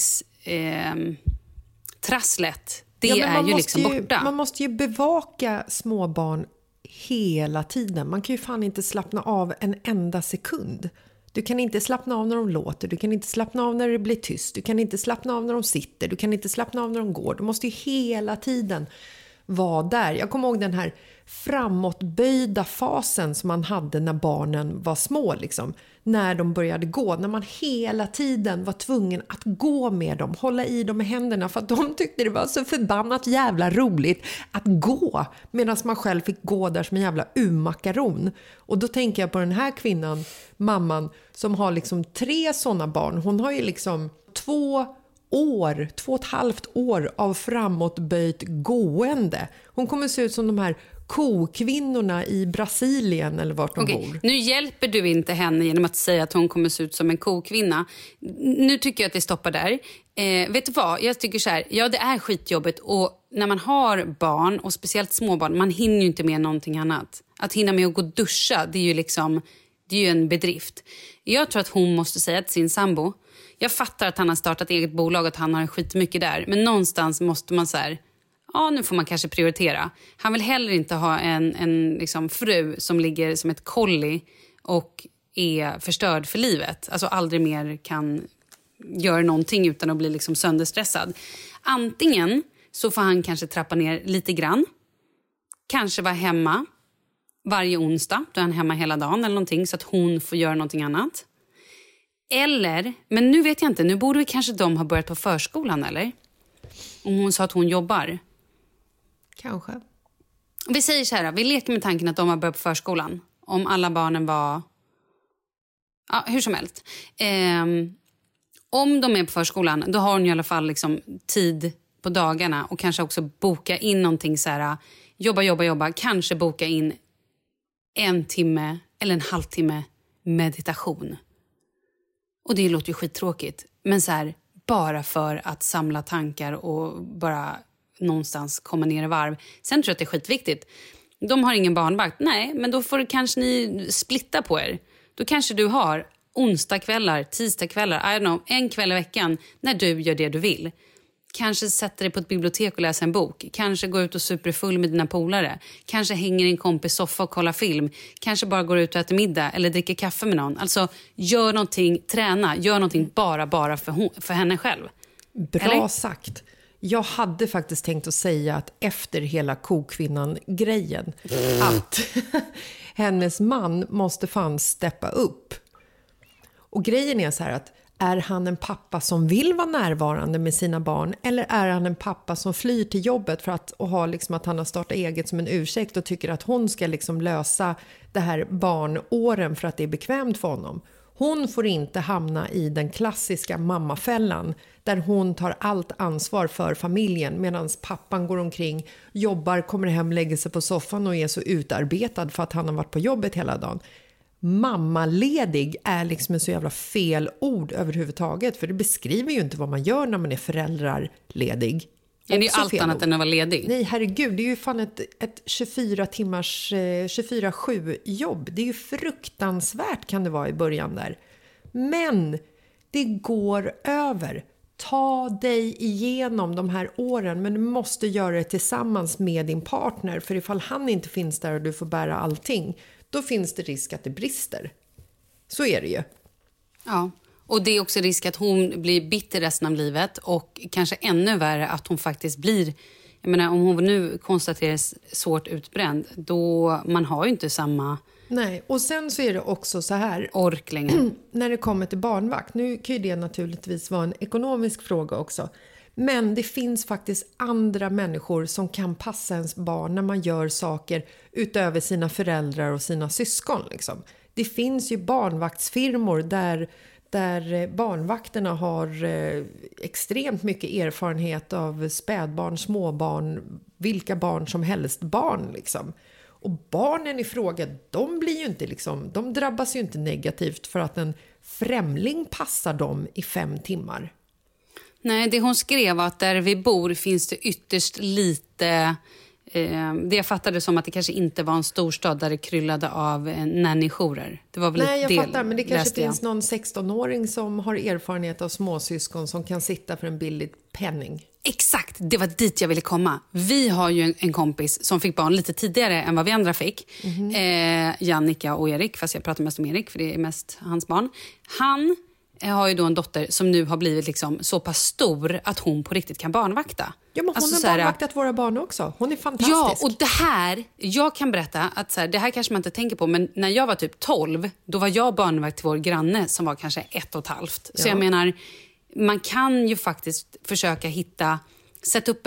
F: trasslet. Det är ju liksom borta.
G: Man måste ju bevaka småbarn hela tiden. Man kan ju fan inte slappna av en enda sekund. Du kan inte slappna av när de låter. Du kan inte slappna av när det blir tyst. Du kan inte slappna av när de sitter. Du kan inte slappna av när de går. Du måste ju hela tiden vara där. Jag kommer ihåg den här framåtböjda fasen som man hade när barnen var små liksom. När de började gå, när man hela tiden var tvungen att gå med dem, hålla i dem med händerna för att de tyckte det var så förbannat jävla roligt att gå medan man själv fick gå där som en jävla umakaron. Och då tänker jag på den här kvinnan, mamman som har liksom 3 sådana barn. Hon har ju liksom 2,5 år av framåtböjt gående. Hon kommer se ut som de här kokvinnorna i Brasilien eller vart de bor.
F: Nu hjälper du inte henne genom att säga att hon kommer se ut som en kokvinna. Nu tycker jag att vi stoppar där. Vet du vad? Jag tycker så här, ja det är skitjobbigt och när man har barn och speciellt småbarn, man hinner ju inte med någonting annat. Att hinna med att gå och duscha, det är ju en bedrift. Jag tror att hon måste säga till sin sambo, jag fattar att han har startat eget bolag och att han har skitmycket där, men någonstans måste man så här, ja, nu får man kanske prioritera. Han vill heller inte ha en liksom fru som ligger som ett kolli och är förstörd för livet. Alltså aldrig mer kan göra någonting utan att bli liksom sönderstressad. Antingen så får han kanske trappa ner lite grann. Kanske vara hemma varje onsdag. Då är han hemma hela dagen eller någonting så att hon får göra någonting annat. Eller, men nu vet jag inte, nu borde vi kanske de ha börjat på förskolan eller? Om hon sa att hon jobbar.
G: Kanske.
F: Vi säger så här, vi leker med tanken att de har börjat på förskolan. Om alla barnen var... Ja, hur som helst. Om de är på förskolan, då har hon i alla fall liksom tid på dagarna. Och kanske också boka in någonting så här. Jobba. Kanske boka in 1 timme eller en halvtimme meditation. Och det låter ju skittråkigt. Men så här, bara för att samla tankar och bara... någonstans komma ner i varv. Sen tror jag att det är skitviktigt. De har ingen barnvakt. Nej, men då får kanske ni splitta på er. Då kanske du har onsdagskvällar, tisdagskvällar, I don't know, 1 kväll i veckan när du gör det du vill. Kanske sätter dig på ett bibliotek och läser en bok. Kanske går ut och super full med dina polare. Kanske hänger i en kompis soffa och kollar film. Kanske bara går ut och äter middag eller dricker kaffe med någon. Alltså, gör någonting, träna. Gör någonting bara för henne själv.
G: Bra
F: eller?
G: Sagt. Jag hade faktiskt tänkt att säga att efter hela kokvinnan-grejen att hennes man måste fan steppa upp. Och grejen är så här att är han en pappa som vill vara närvarande med sina barn eller är han en pappa som flyr till jobbet för att, och har liksom att han har startat eget som en ursäkt och tycker att hon ska liksom lösa det här barnåren för att det är bekvämt för honom. Hon får inte hamna i den klassiska mammafällan där hon tar allt ansvar för familjen medan pappan går omkring, jobbar, kommer hem, lägger sig på soffan och är så utarbetad för att han har varit på jobbet hela dagen. mammaledig är liksom en så jävla fel ord överhuvudtaget. För det beskriver ju inte vad man gör när man är föräldraledig.
F: Det är ju allt annat än att vara ledig.
G: Nej, herregud, det är ju fan ett 24 timmars 24/7 jobb. Det är ju fruktansvärt kan det vara i början där. Men det går över. Ta dig igenom de här åren, men du måste göra det tillsammans med din partner. För ifall han inte finns där och du får bära allting, då finns det risk att det brister. Så är det ju.
F: Ja, och det är också risk att hon blir bitter resten av livet och kanske ännu värre att hon faktiskt blir, jag menar om hon nu konstateras svårt utbränd, då man har ju inte samma...
G: Nej, och sen så är det också så här...
F: ork längre.
G: När det kommer till barnvakt, nu kan ju det naturligtvis vara en ekonomisk fråga också. Men det finns faktiskt andra människor som kan passa ens barn när man gör saker utöver sina föräldrar och sina syskon. Liksom. Det finns ju barnvaktsfirmor där barnvakterna har extremt mycket erfarenhet av spädbarn, småbarn, vilka barn som helst barn liksom. Och barnen i fråga, de drabbas ju inte negativt för att en främling passar dem i 5 timmar. Nej,
F: det hon skrev att där vi bor finns det ytterst lite... det jag fattade som att det kanske inte var en storstad där det kryllade av nannyjourer. Det var väl
G: Nej, jag fattar, men det kanske finns någon 16-åring som har erfarenhet av småsyskon som kan sitta för en billig penning.
F: Exakt, det var dit jag ville komma. Vi har ju en kompis som fick barn lite tidigare än vad vi andra fick. Jannica och Erik, fast jag pratar mest om Erik för det är mest hans barn. Han har ju då en dotter som nu har blivit liksom så pass stor att hon på riktigt kan barnvakta.
G: Ja, men hon har barnvaktat våra barn också. Hon är fantastisk.
F: Ja, och det här, jag kan berätta att så här, det här kanske man inte tänker på, men när jag var typ 12, då var jag barnvakt till vår granne som var kanske 1,5. Så jag menar, man kan ju faktiskt försöka sätta upp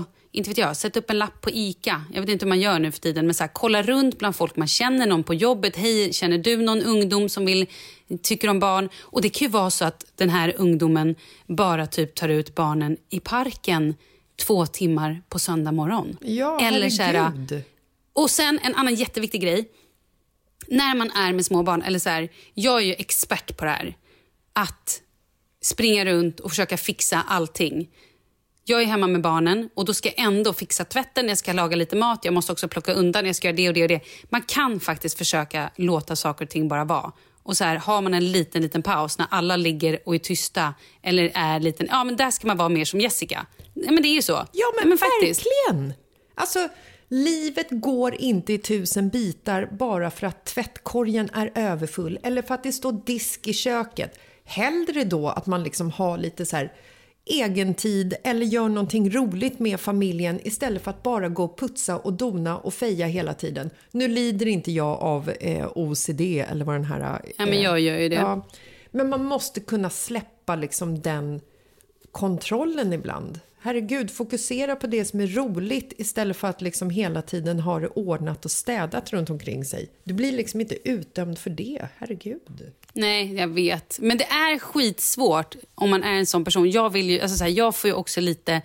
F: en lapp på ICA. Jag vet inte hur man gör nu för tiden, men så här, kolla runt bland folk man känner, någon på jobbet. Hej, känner du någon ungdom som tycker om barn? Och det kan ju vara så att den här ungdomen bara typ tar ut barnen i parken 2 timmar på söndag morgon.
G: Ja,
F: eller
G: herregud.
F: Och sen en annan jätteviktig grej. När man är med små barn, eller så här, jag är ju expert på det här. Att springa runt och försöka fixa allting. Jag är hemma med barnen och då ska jag ändå fixa tvätten, jag ska laga lite mat, jag måste också plocka undan, jag ska göra det och det och det. Man kan faktiskt försöka låta saker och ting bara vara. Och så här, har man en liten paus när alla ligger och är tysta eller är liten, ja men där ska man vara mer som Jessica. Ja, men det är ju så.
G: Ja, men verkligen. Alltså, livet går inte i 1000 bitar bara för att tvättkorgen är överfull eller för att det står disk i köket. Hellre då att man liksom har lite så här egen tid eller gör någonting roligt med familjen istället för att bara gå och putsa och dona och feja hela tiden. Nu lider inte jag av OCD eller vad den här...
F: Ja, men jag gör ju det.
G: Ja, men man måste kunna släppa liksom den kontrollen ibland. Herregud, fokusera på det som är roligt istället för att liksom hela tiden ha det ordnat och städat runt omkring sig. Du blir liksom inte utdömd för det, herregud.
F: Nej, jag vet. Men det är skitsvårt om man är en sån person. Jag vill ju, alltså så här, jag får ju också lite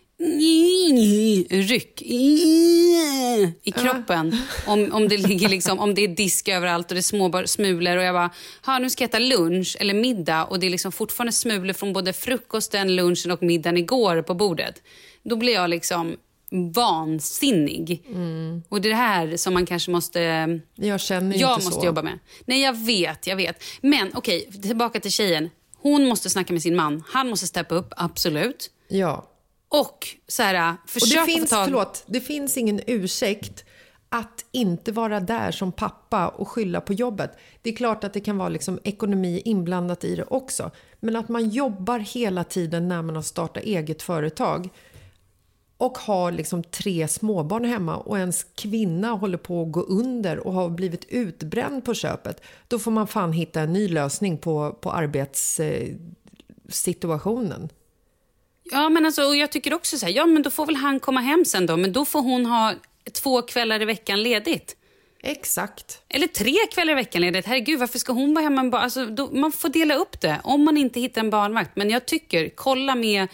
F: ryck i kroppen om det ligger liksom, om det är disk överallt och det är små smulor och jag bara, nu ska jag äta lunch eller middag och det är liksom fortfarande smulor från både frukosten, lunchen och middagen igår på bordet. Då blir jag liksom vansinnig. Och det är det här som man kanske måste jag måste jobba med. Nej, jag vet. Men okej, tillbaka till tjejen. Hon måste snacka med sin man. Han måste steppa upp, absolut.
G: Ja.
F: Och så här,
G: det finns ingen ursäkt att inte vara där som pappa och skylla på jobbet. Det är klart att det kan vara liksom ekonomi inblandat i det också. Men att man jobbar hela tiden när man har startat eget företag och har liksom 3 småbarn hemma och ens kvinna håller på att gå under och har blivit utbränd på köpet. Då får man fan hitta en ny lösning på arbetssituationen.
F: Ja, men alltså, och jag tycker också så här, ja men då får väl han komma hem sen då, men då får hon ha 2 kvällar i veckan ledigt.
G: Exakt.
F: Eller 3 kvällar i veckan ledigt. Herregud, varför ska hon vara hemma? Alltså, man får dela upp det om man inte hittar en barnvakt. Men jag tycker, kolla med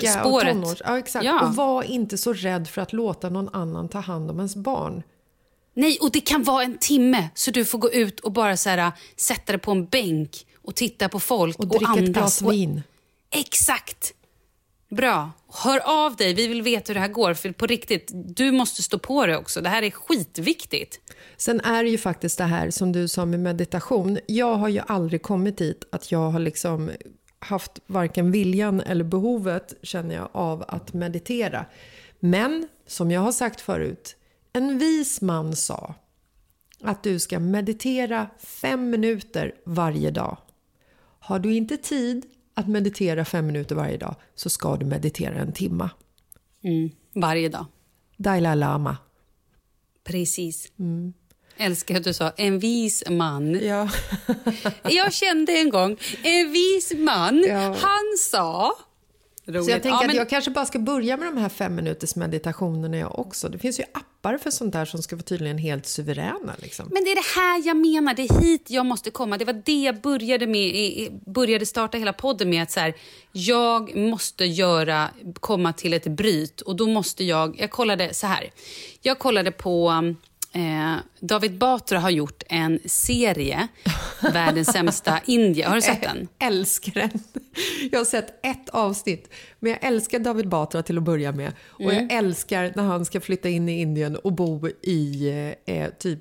F: tonårsspåret.
G: Ja, exakt. Ja. Och var inte så rädd för att låta någon annan ta hand om ens barn.
F: Nej, och det kan vara en timme. Så du får gå ut och bara så här, sätta dig på en bänk och titta på folk och
G: dricka
F: andas.
G: ett glas vin.
F: Exakt. Bra. Hör av dig, vi vill veta hur det här går. För på riktigt, du måste stå på det också. Det här är skitviktigt.
G: Sen är det ju faktiskt det här som du sa med meditation. Jag har ju aldrig kommit dit att jag har liksom haft varken viljan eller behovet, känner jag, av att meditera. Men som jag har sagt förut, en vis man sa att du ska meditera 5 minuter varje dag. Har du inte tid att meditera 5 minuter varje dag så ska du meditera 1 timme.
F: Varje dag.
G: Dalai Lama.
F: Precis. Älskar att du sa en vis man.
G: Ja.
F: Jag kände en gång en vis man. Ja. Han sa... Roligt.
G: Så jag tänker att jag kanske bara ska börja med de här 5 minuters meditationerna jag också. Det finns ju appar för sånt där som ska vara tydligen helt suveräna. Liksom.
F: Men det är det här jag menar, det är hit jag måste komma. Det var det jag började med, började starta hela podden med. Att så här, jag måste komma till ett bryt. Och då måste jag kollade så här. Jag kollade på... David Batra har gjort en serie, Världens sämsta Indien. Har du sett den?
G: Jag älskar den. Jag har sett 1 avsnitt. Men jag älskar David Batra till att börja med. Och jag älskar när han ska flytta in i Indien och bo i typ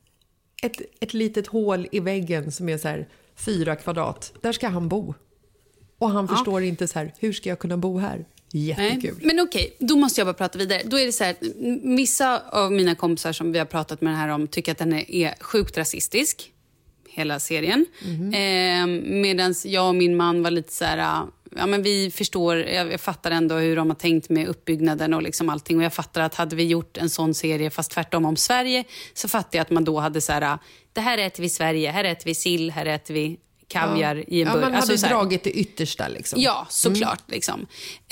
G: ett litet hål i väggen som är så här 4 kvadrat. Där ska han bo. Och han förstår inte så här, hur ska jag kunna bo här? Jättekul.
F: Nej, men okej, då måste jag bara prata vidare. Då är det så här, vissa av mina kompisar som vi har pratat med den här om tycker att den är sjukt rasistisk, hela serien. Medan jag och min man var lite så här, ja men vi förstår, jag fattar ändå hur de har tänkt med uppbyggnaden och liksom allting. Och jag fattar att hade vi gjort en sån serie fast tvärtom om Sverige, så fattar jag att man då hade så här, det här äter vi i Sverige, här äter vi sill, här äter vi kaviar i en burk.
G: Man hade dragit det yttersta liksom.
F: Ja, såklart liksom.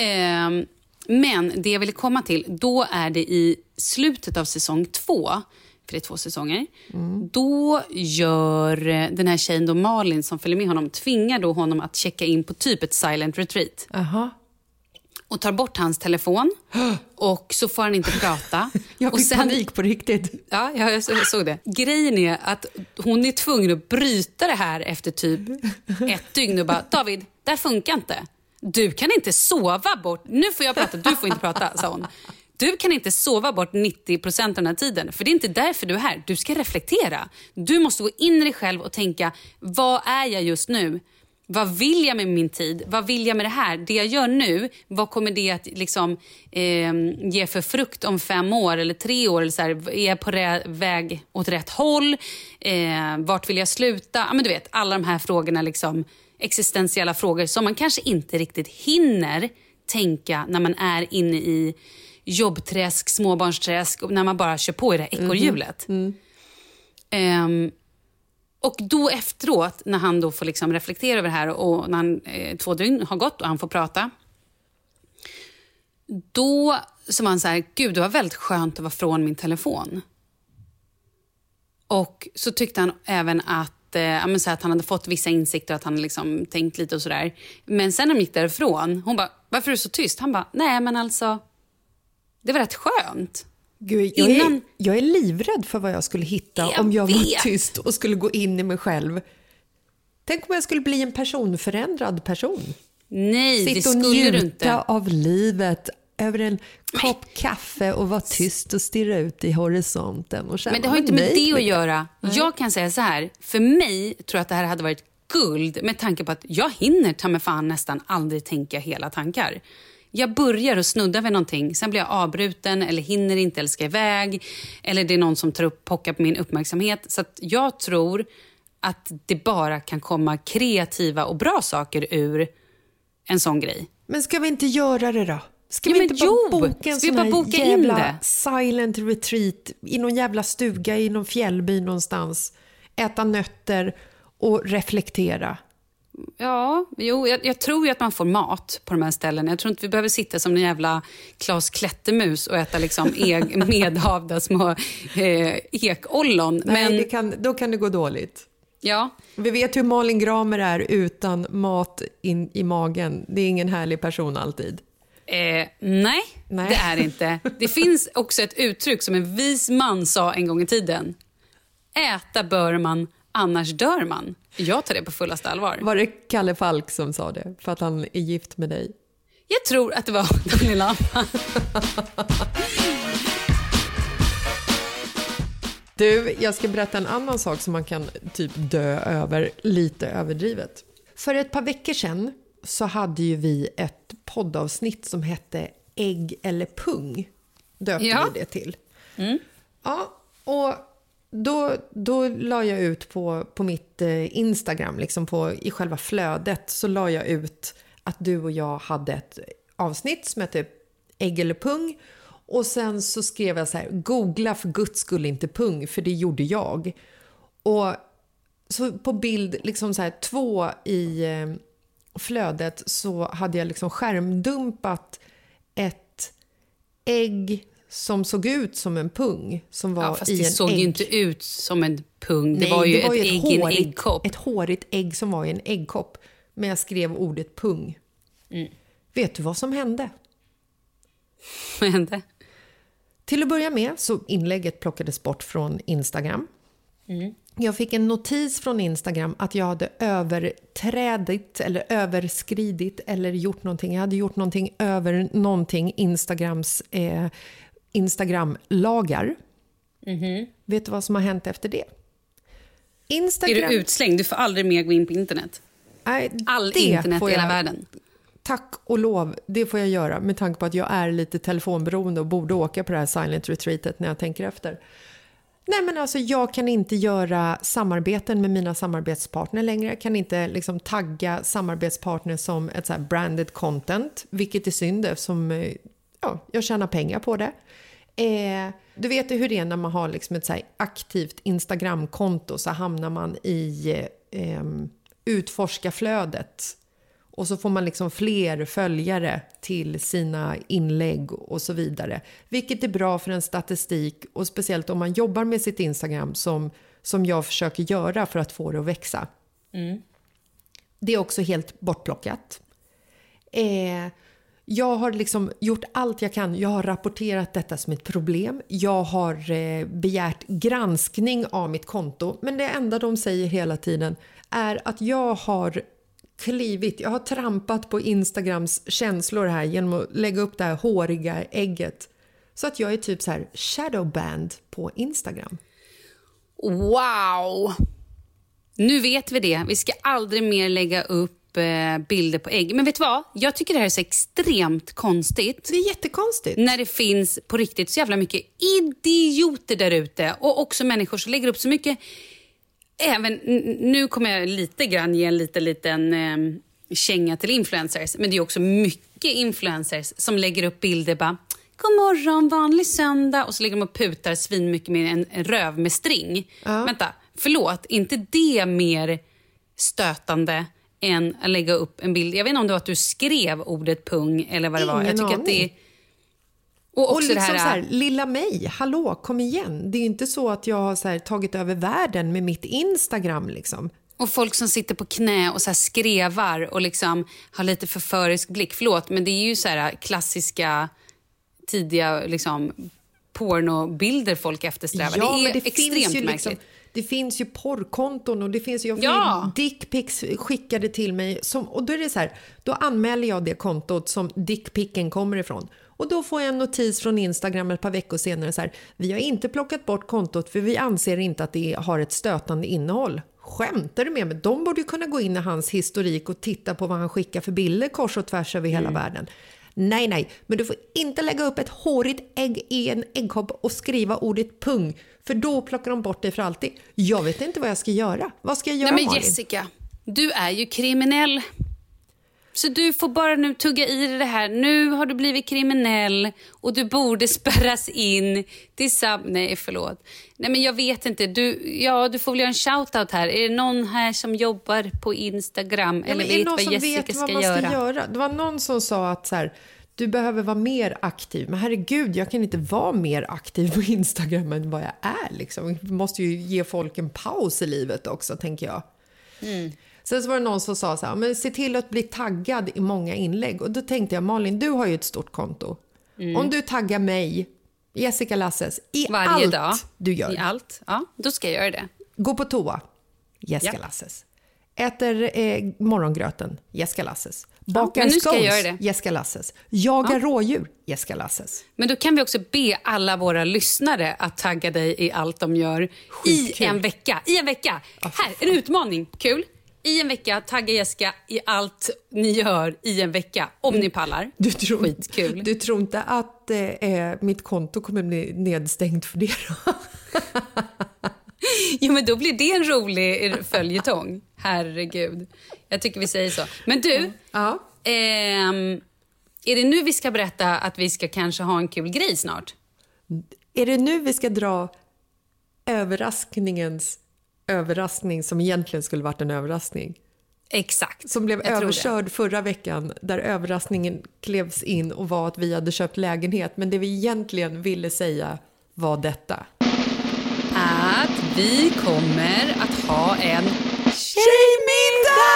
F: Men det jag ville komma till, då är det i slutet av säsong 2, för det är 2 säsonger, då gör den här tjejen då, Malin, som följer med honom, tvingar då honom att checka in på typ ett silent retreat. Och tar bort hans telefon och så får han inte prata.
G: Jag fick panik på riktigt.
F: Ja, jag såg det. Grejen är att hon är tvungen att bryta det här efter typ 1 dygn och bara, David, det här funkar inte. Du kan inte sova bort, nu får jag prata, du får inte prata, sa hon. Du kan inte sova bort 90% av den här tiden, för det är inte därför du är här. Du ska reflektera. Du måste gå in i dig själv och tänka, vad är jag just nu? Vad vill jag med min tid? Vad vill jag med det här? Det jag gör nu, vad kommer det att liksom, ge för frukt om 5 år eller 3 år? Eller så här, är jag på väg åt rätt håll? Vart vill jag sluta? Ja, men du vet, alla de här frågorna, liksom, existentiella frågor som man kanske inte riktigt hinner tänka när man är inne i jobbträsk, småbarnsträsk och när man bara kör på i det här ekorrhjulet. Och då efteråt, när han då får liksom reflektera över det här och när han, 2 dygn har gått och han får prata, då så var han så här, gud, det var väldigt skönt att vara från min telefon. Och så tyckte han även att, så att han hade fått vissa insikter, att han liksom tänkt lite och sådär. Men sen när han gick därifrån, hon bara, varför är du så tyst? Han bara, nej men alltså, det var rätt skönt.
G: Gud, jag är livrädd för vad jag skulle hitta om jag var tyst och skulle gå in i mig själv. Tänk om jag skulle bli en personförändrad person.
F: Nej,
G: sitta
F: det skulle du inte.
G: Njuta av livet över en kopp kaffe och vara tyst och stirra ut i horisonten. Och känna,
F: men det har inte med det att göra. Jag kan säga så här, för mig tror jag att det här hade varit guld med tanke på att jag hinner ta mig fan nästan aldrig tänka hela tankar. Jag börjar att snudda vid någonting, sen blir jag avbruten eller hinner inte, eller ska iväg, eller det är någon som pockar på min uppmärksamhet. Så att jag tror att det bara kan komma kreativa och bra saker ur en sån grej.
G: Men ska vi inte göra det då? Ska vi inte bara boka en sån här jävla silent retreat i någon jävla stuga i någon fjällby någonstans, äta nötter och reflektera?
F: Ja, jag tror ju att man får mat på de här ställena. Jag tror inte vi behöver sitta som en jävla Klas Klättermus och äta liksom medhavda små ekollon.
G: Nej, men då kan det gå dåligt.
F: Ja.
G: Vi vet hur Malin Gramer är utan mat in i magen. Det är ingen härlig person alltid.
F: Nej, det är det inte. Det finns också ett uttryck som en vis man sa en gång i tiden. Äta bör man, annars dör man. Jag tar det på fullaste allvar.
G: Var det Kalle Falk som sa det? För att han är gift med dig?
F: Jag tror att det var Daniel Anna.
G: Du, jag ska berätta en annan sak som man kan typ dö över, lite överdrivet. För ett par veckor sedan så hade ju vi ett poddavsnitt som hette Ägg eller pung. Döpte vi det till. Mm. Ja, och då la jag ut på mitt Instagram, liksom i själva flödet, så la jag ut att du och jag hade ett avsnitt som hette Ägg eller pung. Och sen så skrev jag så här: googla för guds skull inte pung, för det gjorde jag. Och så på bild liksom så här 2 i flödet så hade jag liksom skärmdumpat ett ägg som såg ut som en pung som var
F: fast
G: i
F: det
G: en
F: såg
G: ägg.
F: ju inte ut som en pung.
G: Nej,
F: det var ju
G: ett
F: ägg i en äggkopp.
G: Ett hårigt ägg som var i en äggkopp. Men jag skrev ordet pung. Vet du vad som hände?
F: Vad hände?
G: Till att börja med så inlägget plockades bort från Instagram. Jag fick en notis från Instagram att jag hade överträdit eller överskridit eller gjort någonting. Jag hade gjort någonting över någonting Instagrams Instagram-lagar. Vet du vad som har hänt efter det? Instagram...
F: Är du utslängd? Du får aldrig mer gå in på internet.
G: Nej,
F: all internet i hela världen.
G: Tack och lov, det får jag göra med tanke på att jag är lite telefonberoende och borde åka på det här silent retreatet när jag tänker efter. Nej, men alltså jag kan inte göra samarbeten med mina samarbetspartner längre. Jag kan inte liksom tagga samarbetspartner som ett så här branded content, vilket är synd eftersom jag tjänar pengar på det. Du vet hur det är när man har liksom ett så här aktivt Instagram-konto, så hamnar man i utforskarflödet. Och så får man liksom fler följare till sina inlägg och så vidare. Vilket är bra för en statistik, och speciellt om man jobbar med sitt Instagram som jag försöker göra för att få det att växa. Det är också helt bortplockat. Jag har liksom gjort allt jag kan. Jag har rapporterat detta som ett problem. Jag har begärt granskning av mitt konto. Men det enda de säger hela tiden är att jag har trampat på Instagrams känslor här genom att lägga upp det här håriga ägget. Så att jag är typ så här shadowbanned på Instagram.
F: Wow! Nu vet vi det. Vi ska aldrig mer lägga upp bilder på ägg. Men vet du vad? Jag tycker det här är så extremt konstigt.
G: Det är jättekonstigt.
F: När det finns på riktigt så jävla mycket idioter där ute. Och också människor som lägger upp så mycket. Även, nu kommer jag lite grann ge en liten känga till influencers. Men det är också mycket influencers som lägger upp bilder bara: god morgon, vanlig söndag. Och så lägger de och putar svin mycket med en röv med string. Vänta, förlåt. Inte det mer stötande än att lägga upp en bild? Jag vet inte om det var att du skrev ordet pung eller vad det var. Jag tycker att det är...
G: Och liksom det här... så här, lilla mig, hallå, kom igen. Det är ju inte så att jag har så här tagit över världen med mitt Instagram liksom.
F: Och folk som sitter på knä och så här skrevar och liksom har lite förförisk blick. Förlåt, men det är ju så här klassiska tidiga liksom pornobilder folk eftersträvar.
G: Ja,
F: det är
G: men det
F: extremt
G: finns ju
F: märkligt.
G: liksom, det finns ju porrkonton och det finns ju, jag får dickpics skickade till mig och då är det så här, då anmäler jag det kontot som dickpicken kommer ifrån. Och då får jag en notis från Instagram ett par veckor senare så här: vi har inte plockat bort kontot för vi anser inte att det har ett stötande innehåll. Skämtar du med mig? De borde ju kunna gå in i hans historik och titta på vad han skickar för bilder kors och tvärs över hela världen. Nej, men du får inte lägga upp ett hårigt ägg i en äggkopp och skriva ordet pung, för då plockar de bort dig för alltid. Jag vet inte vad jag ska göra. Vad ska jag göra,
F: Nej, men
G: Malin?
F: Jessica, du är ju kriminell. Så du får bara nu tugga i det här. Nu har du blivit kriminell och du borde spärras in till Nej, förlåt. Nej, men jag vet inte. Du får väl göra en shoutout här. Är det någon här som jobbar på Instagram eller vet vad Jessica ska göra?
G: Det var någon som sa att så här, du behöver vara mer aktiv. Men herregud, jag kan inte vara mer aktiv på Instagram än vad jag är. Liksom. Vi måste ju ge folk en paus i livet också, tänker jag. Sen så var det någon som sa så här, men se till att bli taggad i många inlägg. Och då tänkte jag, Malin, du har ju ett stort konto. Om du taggar mig, Jessica Lasses, i
F: varje
G: allt
F: dag
G: du gör.
F: I allt, ja, då ska jag göra det.
G: Gå på toa, Jessica Lasses. Äter morgongröten, Jessica Lasses. Bakar scones, Jessica Lasses. Jagar rådjur, Jessica Lasses.
F: Men då kan vi också be alla våra lyssnare att tagga dig i allt de gör i en vecka. I en vecka. Här, en utmaning. Kul. I en vecka, tagga Jessica i allt ni gör i en vecka. Om ni pallar. Skitkul.
G: Du tror inte att mitt konto kommer bli nedstängt för det då?
F: Jo, men då blir det en rolig följetong. Herregud. Jag tycker vi säger så. Men du, är det nu vi ska berätta att vi ska kanske ha en kul grej snart?
G: Är det nu vi ska dra överraskningens överraskning som egentligen skulle varit en överraskning?
F: Exakt.
G: Som blev överkörd förra veckan, där överraskningen klevs in och var att vi hade köpt lägenhet. Men det vi egentligen ville säga var detta.
F: Att vi kommer att ha en
G: tjejmiddag!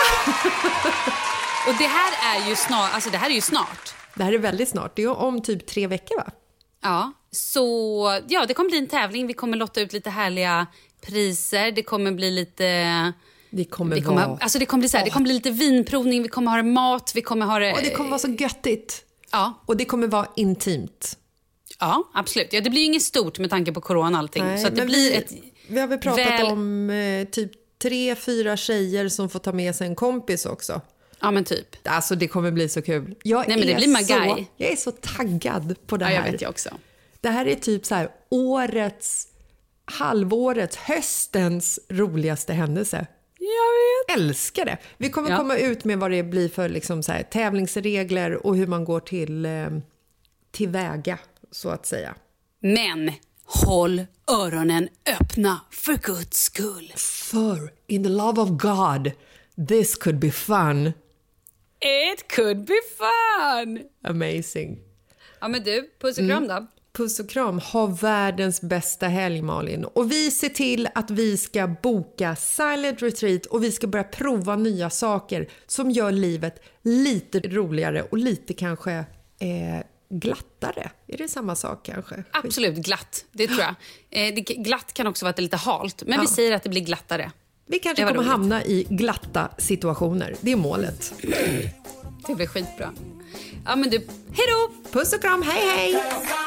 F: Och det här är ju snart, alltså det här är ju snart.
G: Det här är väldigt snart, det är om typ 3 veckor va?
F: Ja, så ja, det kommer bli en tävling. Vi kommer lotta ut lite härliga priser. Det kommer bli lite... Det kommer bli så här, det kommer bli lite vinprovning, vi kommer ha mat, vi kommer ha det...
G: Och det kommer vara så göttigt.
F: Ja.
G: Och det kommer vara intimt.
F: Ja, absolut. Ja, det blir ju inget stort med tanke på corona och allting.
G: Nej,
F: så att det blir
G: vi har väl pratat om typ 3-4 tjejer som får ta med sig en kompis också.
F: Ja, men typ.
G: Alltså det kommer bli så kul. Jag är så taggad på det här.
F: Ja, jag vet jag också.
G: Det här är typ så här halvårets, höstens roligaste händelse.
F: Jag vet.
G: Älskar det. Vi kommer komma ut med vad det blir för liksom så här, tävlingsregler och hur man går tillväga, så att säga.
F: Men håll öronen öppna för Guds skull.
G: För in the love of God, this could be fun.
F: It could be fun.
G: Amazing.
F: Ja, men du, puss och kram då.
G: Puss och kram. Ha världens bästa helg, Malin. Och vi ser till att vi ska boka Silent Retreat och vi ska börja prova nya saker som gör livet lite roligare och lite kanske glattare. Är det samma sak kanske?
F: Absolut, glatt. Det tror jag. Glatt kan också vara lite halt, men vi säger att det blir glattare.
G: Vi kanske kommer hamna i glatta situationer. Det är målet.
F: Det blir skitbra. Ja, men du, hej då!
G: Puss och kram, hej hej!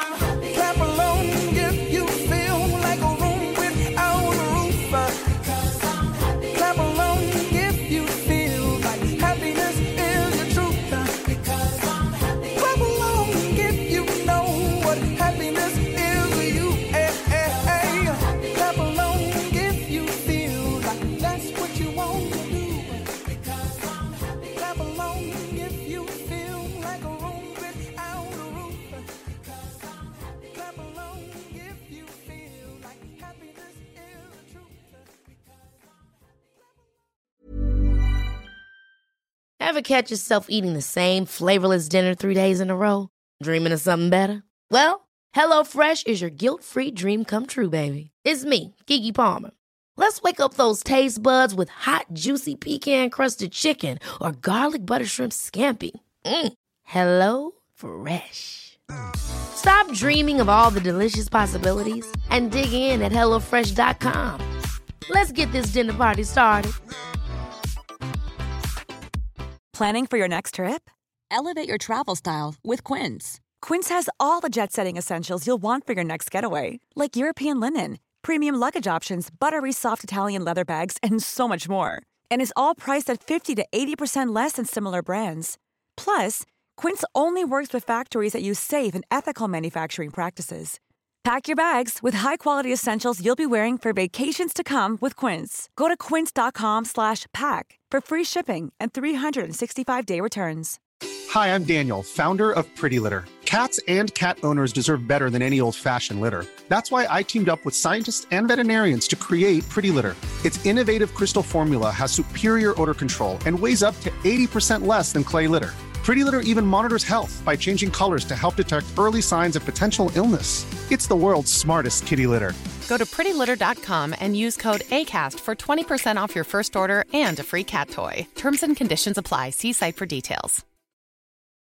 B: Ever catch yourself eating the same flavorless dinner 3 days in a row? Dreaming of something better? Well, HelloFresh is your guilt-free dream come true, baby. It's me, Keke Palmer. Let's wake up those taste buds with hot, juicy pecan-crusted chicken or garlic butter shrimp scampi. Hello Fresh. Stop dreaming of all the delicious possibilities and dig in at HelloFresh.com. Let's get this dinner party started.
I: Planning for your next trip? Elevate your travel style with Quince. Quince has all the jet-setting essentials you'll want for your next getaway, like European linen, premium luggage options, buttery soft Italian leather bags, and so much more. And is all priced at 50 to 80% less than similar brands. Plus, Quince only works with factories that use safe and ethical manufacturing practices. Pack your bags with high-quality essentials you'll be wearing for vacations to come with Quince. Go to quince.com/pack for free shipping and 365-day returns.
J: Hi, I'm Daniel, founder of Pretty Litter. Cats and cat owners deserve better than any old-fashioned litter. That's why I teamed up with scientists and veterinarians to create Pretty Litter. Its innovative crystal formula has superior odor control and weighs up to 80% less than clay litter. Pretty Litter even monitors health by changing colors to help detect early signs of potential illness. It's the world's smartest kitty litter.
D: Go to prettylitter.com and use code ACAST for 20% off your first order and a free cat toy. Terms and conditions apply. See site for details.